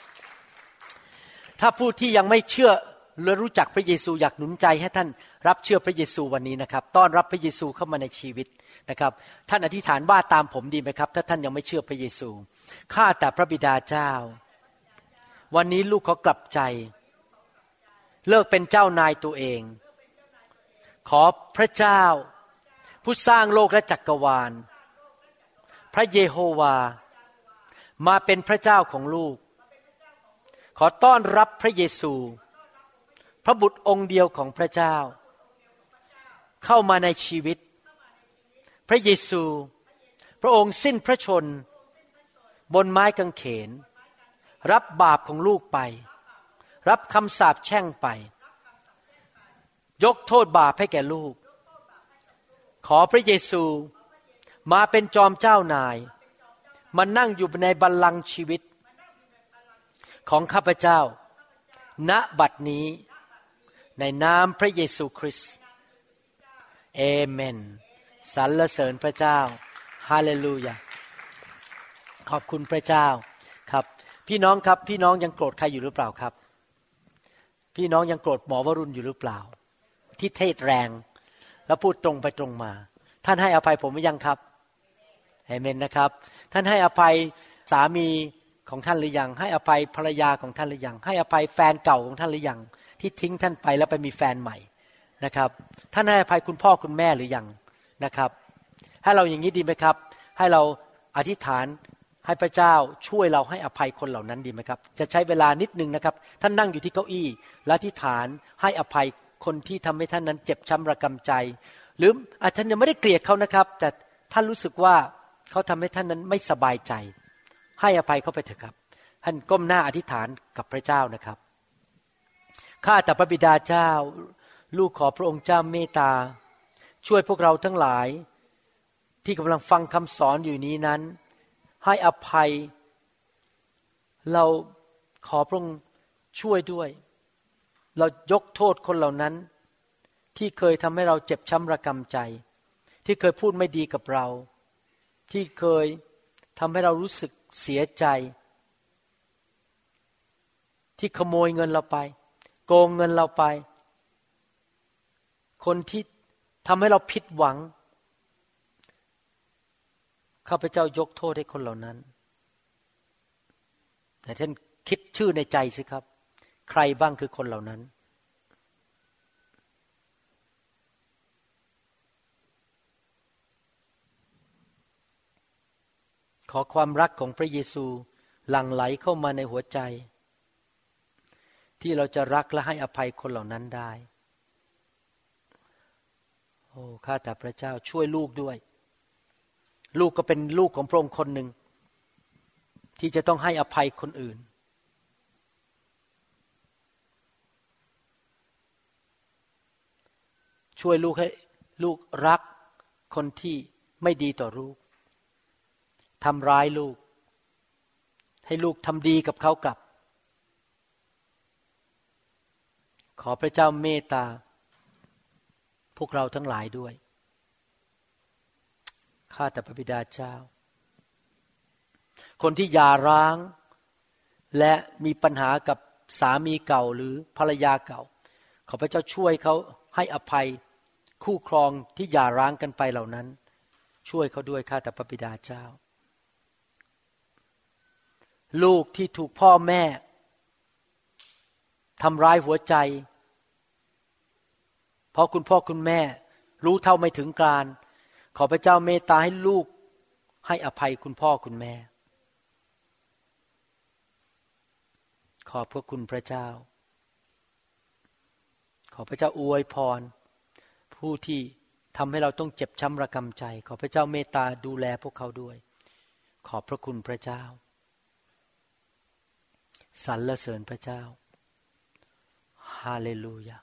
ถ้าผู้ที่ยังไม่เชื่อและรู้จักพระเยซูอยากหนุนใจให้ท่านรับเชื่อพระเยซูวันนี้นะครับต้อนรับพระเยซูเข้ามาในชีวิตนะครับท่านอธิษฐานว่าตามผมดีไหมครับถ้าท่านยังไม่เชื่อพระเยซูข้าแต่พระบิดาเจ้าวันนี้ลูกขอกลับใจเลิกเป็นเจ้านายตัวเองขอพระเจ้าผู้สร้างโลกและจักรวาลพระเยโฮวามาเป็นพระเจ้าของลูกขอต้อนรับพระเยซูพระบุตรองค์เดียวของพระเจ้าเข้ามาในชีวิตพระเยซูพระองค์สิ้นพระชนบนไม้กางเขนรับบาปของลูกไปรับคำสาปแช่งไปยกโทษบาปให้แก่ลูกขอพระเยซูมาเป็นจอมเจ้านายมานั่งอยู่ในบัลลังก์ชีวิตของข้าพเจ้าณบัดนี้ในนามพระเยซูคริสต์เอเมนสรรเสริญพระเจ้าฮาเลลูยาขอบคุณพระเจ้าครับพี่น้องครับพี่น้องยังโกรธใครอยู่หรือเปล่าครับพี่น้องยังโกรธหมอวรุณอยู่หรือเปล่าที่เทศแรงแล้วพูดตรงไปตรงมาท่านให้อภัยผมหรือยังครับเอเมนนะครับท่านให้อภัยสามีของท่านหรือยังให้อภัยภรรยาของท่านหรือยังให้อภัยแฟนเก่าของท่านหรือยังที่ทิ้งท่านไปแล้วไปมีแฟนใหม่นะครับท่านให้อภัยคุณพ่อคุณแม่หรือยังนะครับให้เราอย่างนี้ดีไหมครับให้เราอธิษฐานให้พระเจ้าช่วยเราให้อภัยคนเหล่านั้นดีไหมครับจะใช้เวลานิดนึงนะครับท่านนั่งอยู่ที่เก้าอี้และอธิษฐานให้อภัยคนที่ทำให้ท่านนั้นเจ็บช้ำระกำใจหรืออาจจะยังไม่ได้เกลียดเขานะครับแต่ท่านรู้สึกว่าเขาทำให้ท่านนั้นไม่สบายใจให้อภัยเขาไปเถอะครับท่านก้มหน้าอธิษฐานกับพระเจ้านะครับข้าแต่พระบิดาเจ้าลูกขอพระองค์เจ้าเมตตาช่วยพวกเราทั้งหลายที่กำลังฟังคำสอนอยู่นี้นั้นให้อภัยเราขอพระองค์ช่วยด้วยเรายกโทษคนเหล่านั้นที่เคยทำให้เราเจ็บช้ำระกำใจที่เคยพูดไม่ดีกับเราที่เคยทำให้เรารู้สึกเสียใจที่ขโมยเงินเราไปโกงเงินเราไปคนที่ทำให้เราผิดหวังข้าพเจ้ายกโทษให้คนเหล่านั้นแต่ท่านคิดชื่อในใจสิครับใครบ้างคือคนเหล่านั้นขอความรักของพระเยซูหลั่งไหลเข้ามาในหัวใจที่เราจะรักและให้อภัยคนเหล่านั้นได้โอ้ข้าแต่พระเจ้าช่วยลูกด้วยลูกก็เป็นลูกของพระองค์คนหนึ่งที่จะต้องให้อภัยคนอื่นช่วยลูกให้ลูกรักคนที่ไม่ดีต่อลูกทำร้ายลูกให้ลูกทำดีกับเขากลับขอพระเจ้าเมตตาพวกเราทั้งหลายด้วยข้าแต่พระบิดาเจ้าคนที่หย่าร้างและมีปัญหากับสามีเก่าหรือภรรยาเก่าขอพระเจ้าช่วยเขาให้อภัยคู่ครองที่หย่าร้างกันไปเหล่านั้นช่วยเขาด้วยข้าแต่พระบิดาเจ้าลูกที่ถูกพ่อแม่ทำร้ายหัวใจเพราะคุณพ่อคุณแม่รู้เท่าไม่ถึงการขอพระเจ้าเมตตาให้ลูกให้อภัยคุณพ่อคุณแม่ขอบพระคุณพระเจ้าขอพระเจ้าอวยพรผู้ที่ทำให้เราต้องเจ็บช้ำระกำใจขอพระเจ้าเมตตาดูแลพวกเขาด้วยขอบพระคุณพระเจ้าสรรเสริญพระเจ้าฮาเลลูยา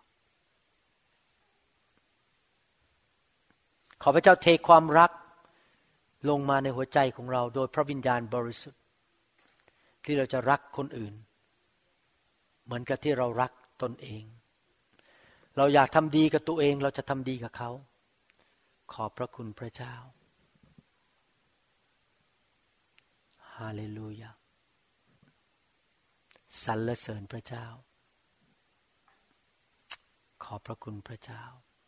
ขอพระเจ้าเทความรักลงมาในหัวใจของเราโดยพระวิญญาณบริสุทธิ์ที่เราจะรักคนอื่นเหมือนกับที่เรารักตนเองเราอยากทำดีกับตัวเองเราจะทำดีกับเขาขอบพระคุณพระเจ้าฮาเลลูยาสรรเสริญพระเจ้าขอบพระคุณพระเจ้า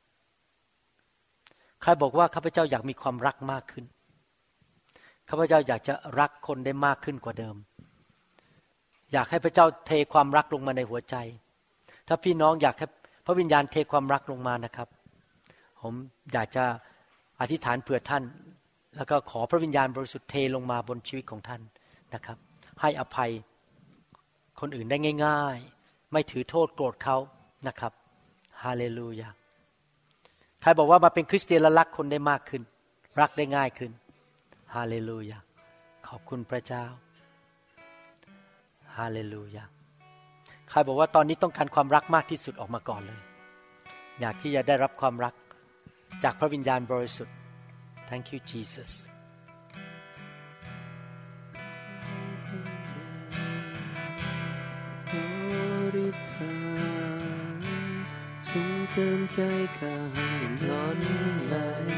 ใครบอกว่าข้าพเจ้าอยากมีความรักมากขึ้นข้าพเจ้าอยากจะรักคนได้มากขึ้นกว่าเดิมอยากให้พระเจ้าเทความรักลงมาในหัวใจถ้าพี่น้องอยากให้พระวิญญาณเทความรักลงมานะครับผมอยากจะอธิษฐานเผื่อท่านแล้วก็ขอพระวิญญาณบริสุทธิ์เทลงมาบนชีวิตของท่านนะครับให้อภัยคนอื่นได้ง่ายๆไม่ถือโทษโกรธเขานะครับฮาเลลูยาใครบอกว่ามาเป็นคริสเตียนแล้วรักคนได้มากขึ้นรักได้ง่ายขึ้นฮาเลลูยาขอบคุณพระเจ้าฮาเลลูยาใครบอกว่าตอนนี้ต้องการความรักมากที่สุดออกมาก่อนเลยอยากที่จะได้รับความรักจากพระวิญญาณบริสุทธิ์ Thank you Jesus ทรงเติมใจข้าให้ล้นไหล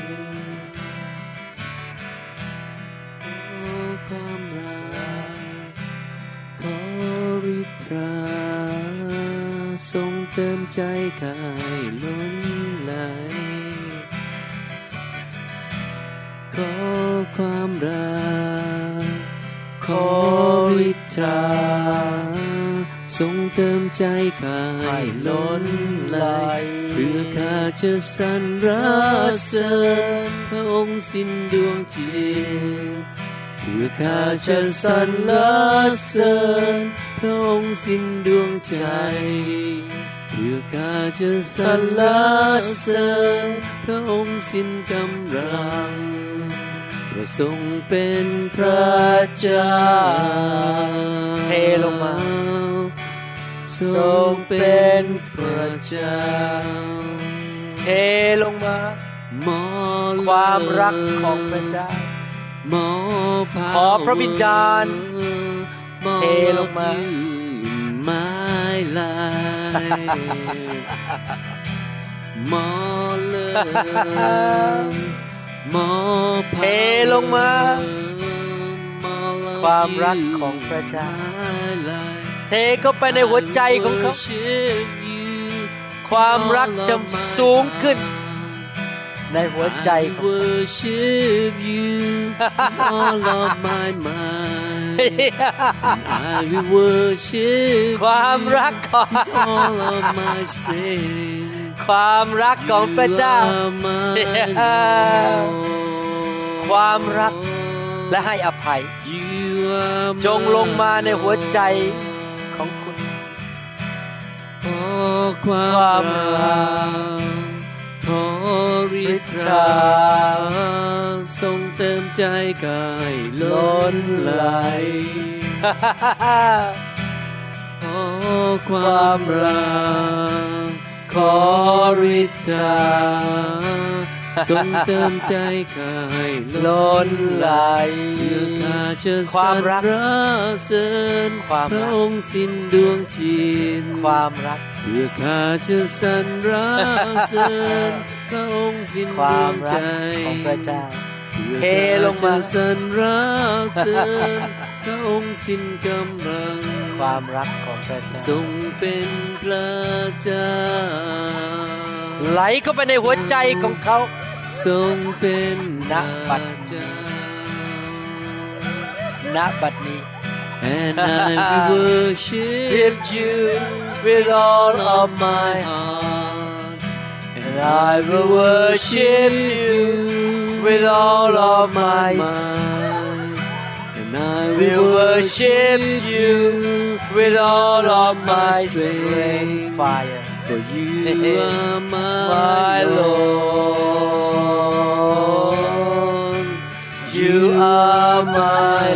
โอ้ความรักขอฤทธาทรงเติมใจข้าให้ล้นไหลขขอความรักขอฤทธาทรงเติมใจข้าให้ล้นไหลเพื่อข้าจะสรรเสริญพระองค์สิ้นดวงจิตเพื่อข้าจะสรรเสริญพระองค์สิ้นดวงใจเพื่อข้าจะสรรเสริญพระองค์สิ้นกำลังพระทรงเป็นพระเจ้าเทลงมาทรงเป็นพระเจ้าเทลงมาความรักของพระเจ้าขอพระวิญญาณเทลงมา My life More love More power เทลงมาความรักของพระเจ้าเทเข้าไปในหัวใจของเขาความรักจะสูงขึ้นในหัวใจของความรักของความรักของพระเจ้าความรักและให้อภัยจงลงมาในหัวใจของคุณความรักขอฤทธาทรงเติมใจกายล้นไหลขอความรักขอฤทธาทรงเติมใจกายล้นไหลข้าจะสรรเสริญพระองค์สิ้นดวงจิตความรักเพื่อข้าจะสรรเสริญพระองค์สิ้นดวงใจของพระเจ้าเทลงมาสรรเสริญพระองค์สิ้นกำลังความรักของพระเจ้าทรงเป็นพระเจ้าไหลเข้าไปในหัวใจของเขาทรงเป็นณบัดณบัดนี้ And I worship you with all of my heart and I will worship you with all of my mind and I will worship you with all of my strength fire for you are my Lord you are my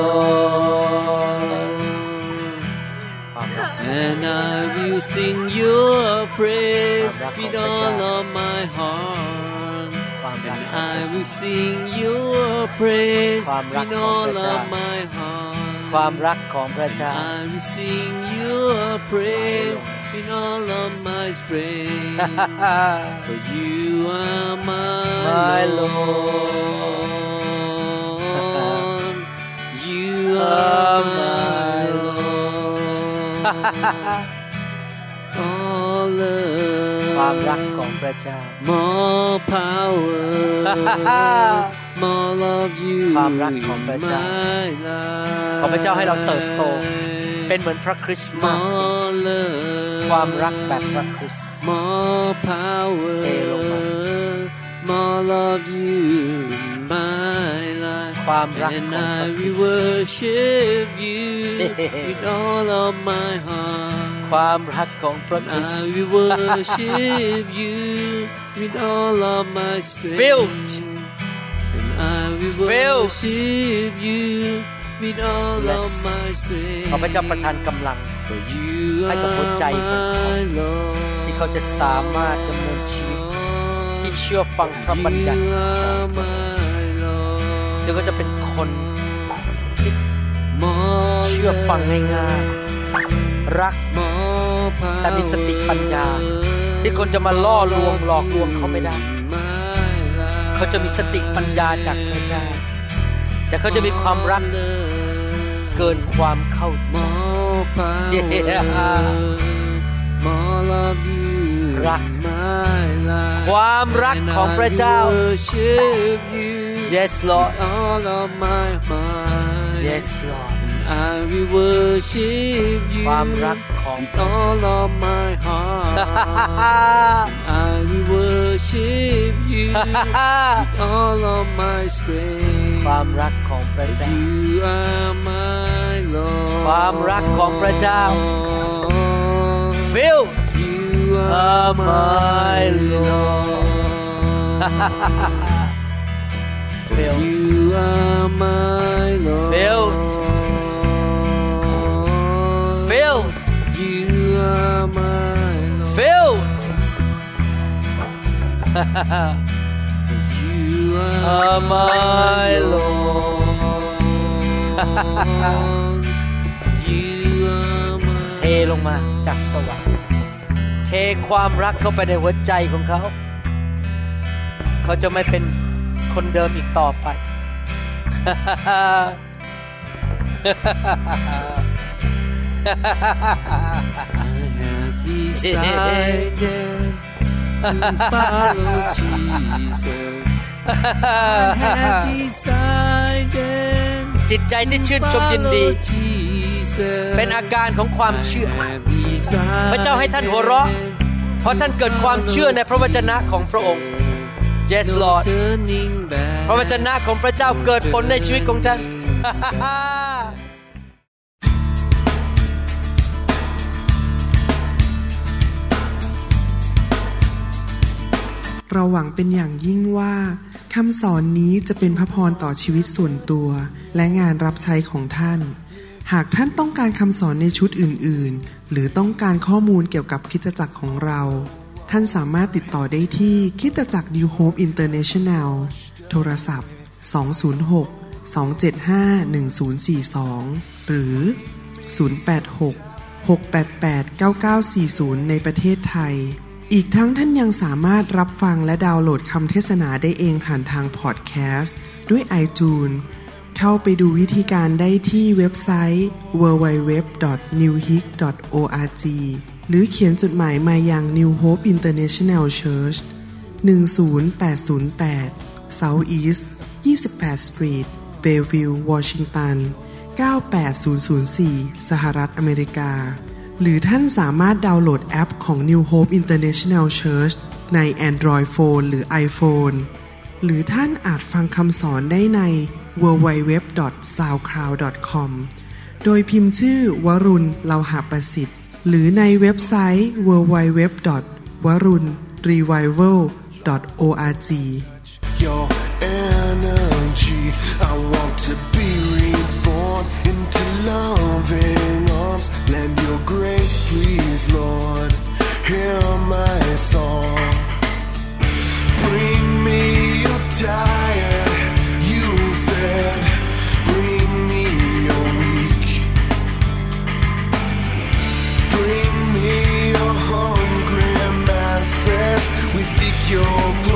Lord.And I will sing your praise with all of my heart. And I will sing your praise with all of my heart. ความรักของพระเจ้า I will sing your praise with all of my strength. For you are my Lord. You are my Lord. ความรักของพระเจ้า More power More love you ความรักของพระเจ้าขอพระเจ้าให้เราเติบโตเป็นเหมือนพระคริสต์มาสความรักแบบพระคริสต์ More power More love you my life ความรัก And I will worship you with all of my heart ความรักของพระคริสต์ I will worship you with all of my strength filled and I will worship you with all of my strength ขอพระเจ้าประทานกำลังให้กับหัวใจของเขาที่เขาจะสามารถดำเนินชีวิตที่เชื่อฟังพระบัญญัติของพระองค์แล้วก็จะเป็นคนที่เชื่อฟังง่ายๆรักแต่มีสติปัญญาที่คนจะมาล่อลวงหลอกลวงเขาไม่ได้เขาจะมีสติปัญญาจากพระเจ้าแต่เขาจะมีความรักเกินความเข้าใจรักความรักของพระเจ้า Yes Lord all of my mind Yes Lord I will worship you ความรักของพระ all of my heart I will worship you all of my strength ความรักของพระเจ้า You are my Lord ความรักของพระเจ้า Filled You are my Lord Filled You are my Lord Filled Filled You are my Lord Filled You are my Lord You are my เทลงมาจากสวรรค์เทความรักเข้าไปในหัวใจของเขาเขาจะไม่เป็นคนเดิมอีกต่อไป I have decided to follow Jesus I have decided จิตใจที่ชื่นชมยินดี Jesus เป็นอาการของความเชื่อ I have decided พระเจ้าให้ท่านหัวเราะเพราะท่านเกิดความเชื่อในพระวจนะของพระองค์ Yes no Lord turning back พระวจนะของพระเจ้าเกิดผลในชีวิตของท่านเราหวังเป็นอย่างยิ่งว่าคำสอนนี้จะเป็นพระพรต่อชีวิตส่วนตัวและงานรับใช้ของท่านหากท่านต้องการคำสอนในชุดอื่นๆหรือต้องการข้อมูลเกี่ยวกับคริสตจักรของเราท่านสามารถติดต่อได้ที่คริสตจักร New Hope International โทรศัพท์สอง ศูนย์ หก สอง เจ็ด ห้า หนึ่ง ศูนย์ สี่ สองหรือศูนย์ แปด หก หก แปด แปด เก้า เก้า สี่ ศูนย์ในประเทศไทยอีกทั้งท่านยังสามารถรับฟังและดาวน์โหลดคำเทศนาได้เองผ่านทางพอดแคสต์ด้วย iTunes เข้าไปดูวิธีการได้ที่เว็บไซต์ ดับเบิลยู ดับเบิลยู ดับเบิลยู ดอท นิว โฮป ดอท โอ อาร์ จี หรือเขียนจดหมายมายัง New Hope International Church หนึ่ง ศูนย์ แปด ศูนย์ แปด South East ยี่สิบแปด Street Bellevue Washington เก้า แปด ศูนย์ ศูนย์ สี่ สหรัฐอเมริกาหรือท่านสามารถดาวน์โหลดแอปของ New Hope International Church ใน Android Phone หรือ iPhone หรือท่านอาจฟังคำสอนได้ใน ดับเบิลยู ดับเบิลยู ดับเบิลยู ดอท ซาวด์คลาวด์ ดอท คอม โดยพิมพ์ชื่อวรุณ เลาหะประสิทธิ์หรือในเว็บไซต์ ดับเบิลยู ดับเบิลยู ดับเบิลยู ดอท วรุณ รีไววัล ดอท โอ อาร์ จี Your energy, I want to be reborn into loving arms. Lend your grace, please, Lord. Hear my song. Bring me your tired, you said. Bring me your weak. Bring me your hungry masses. We seek your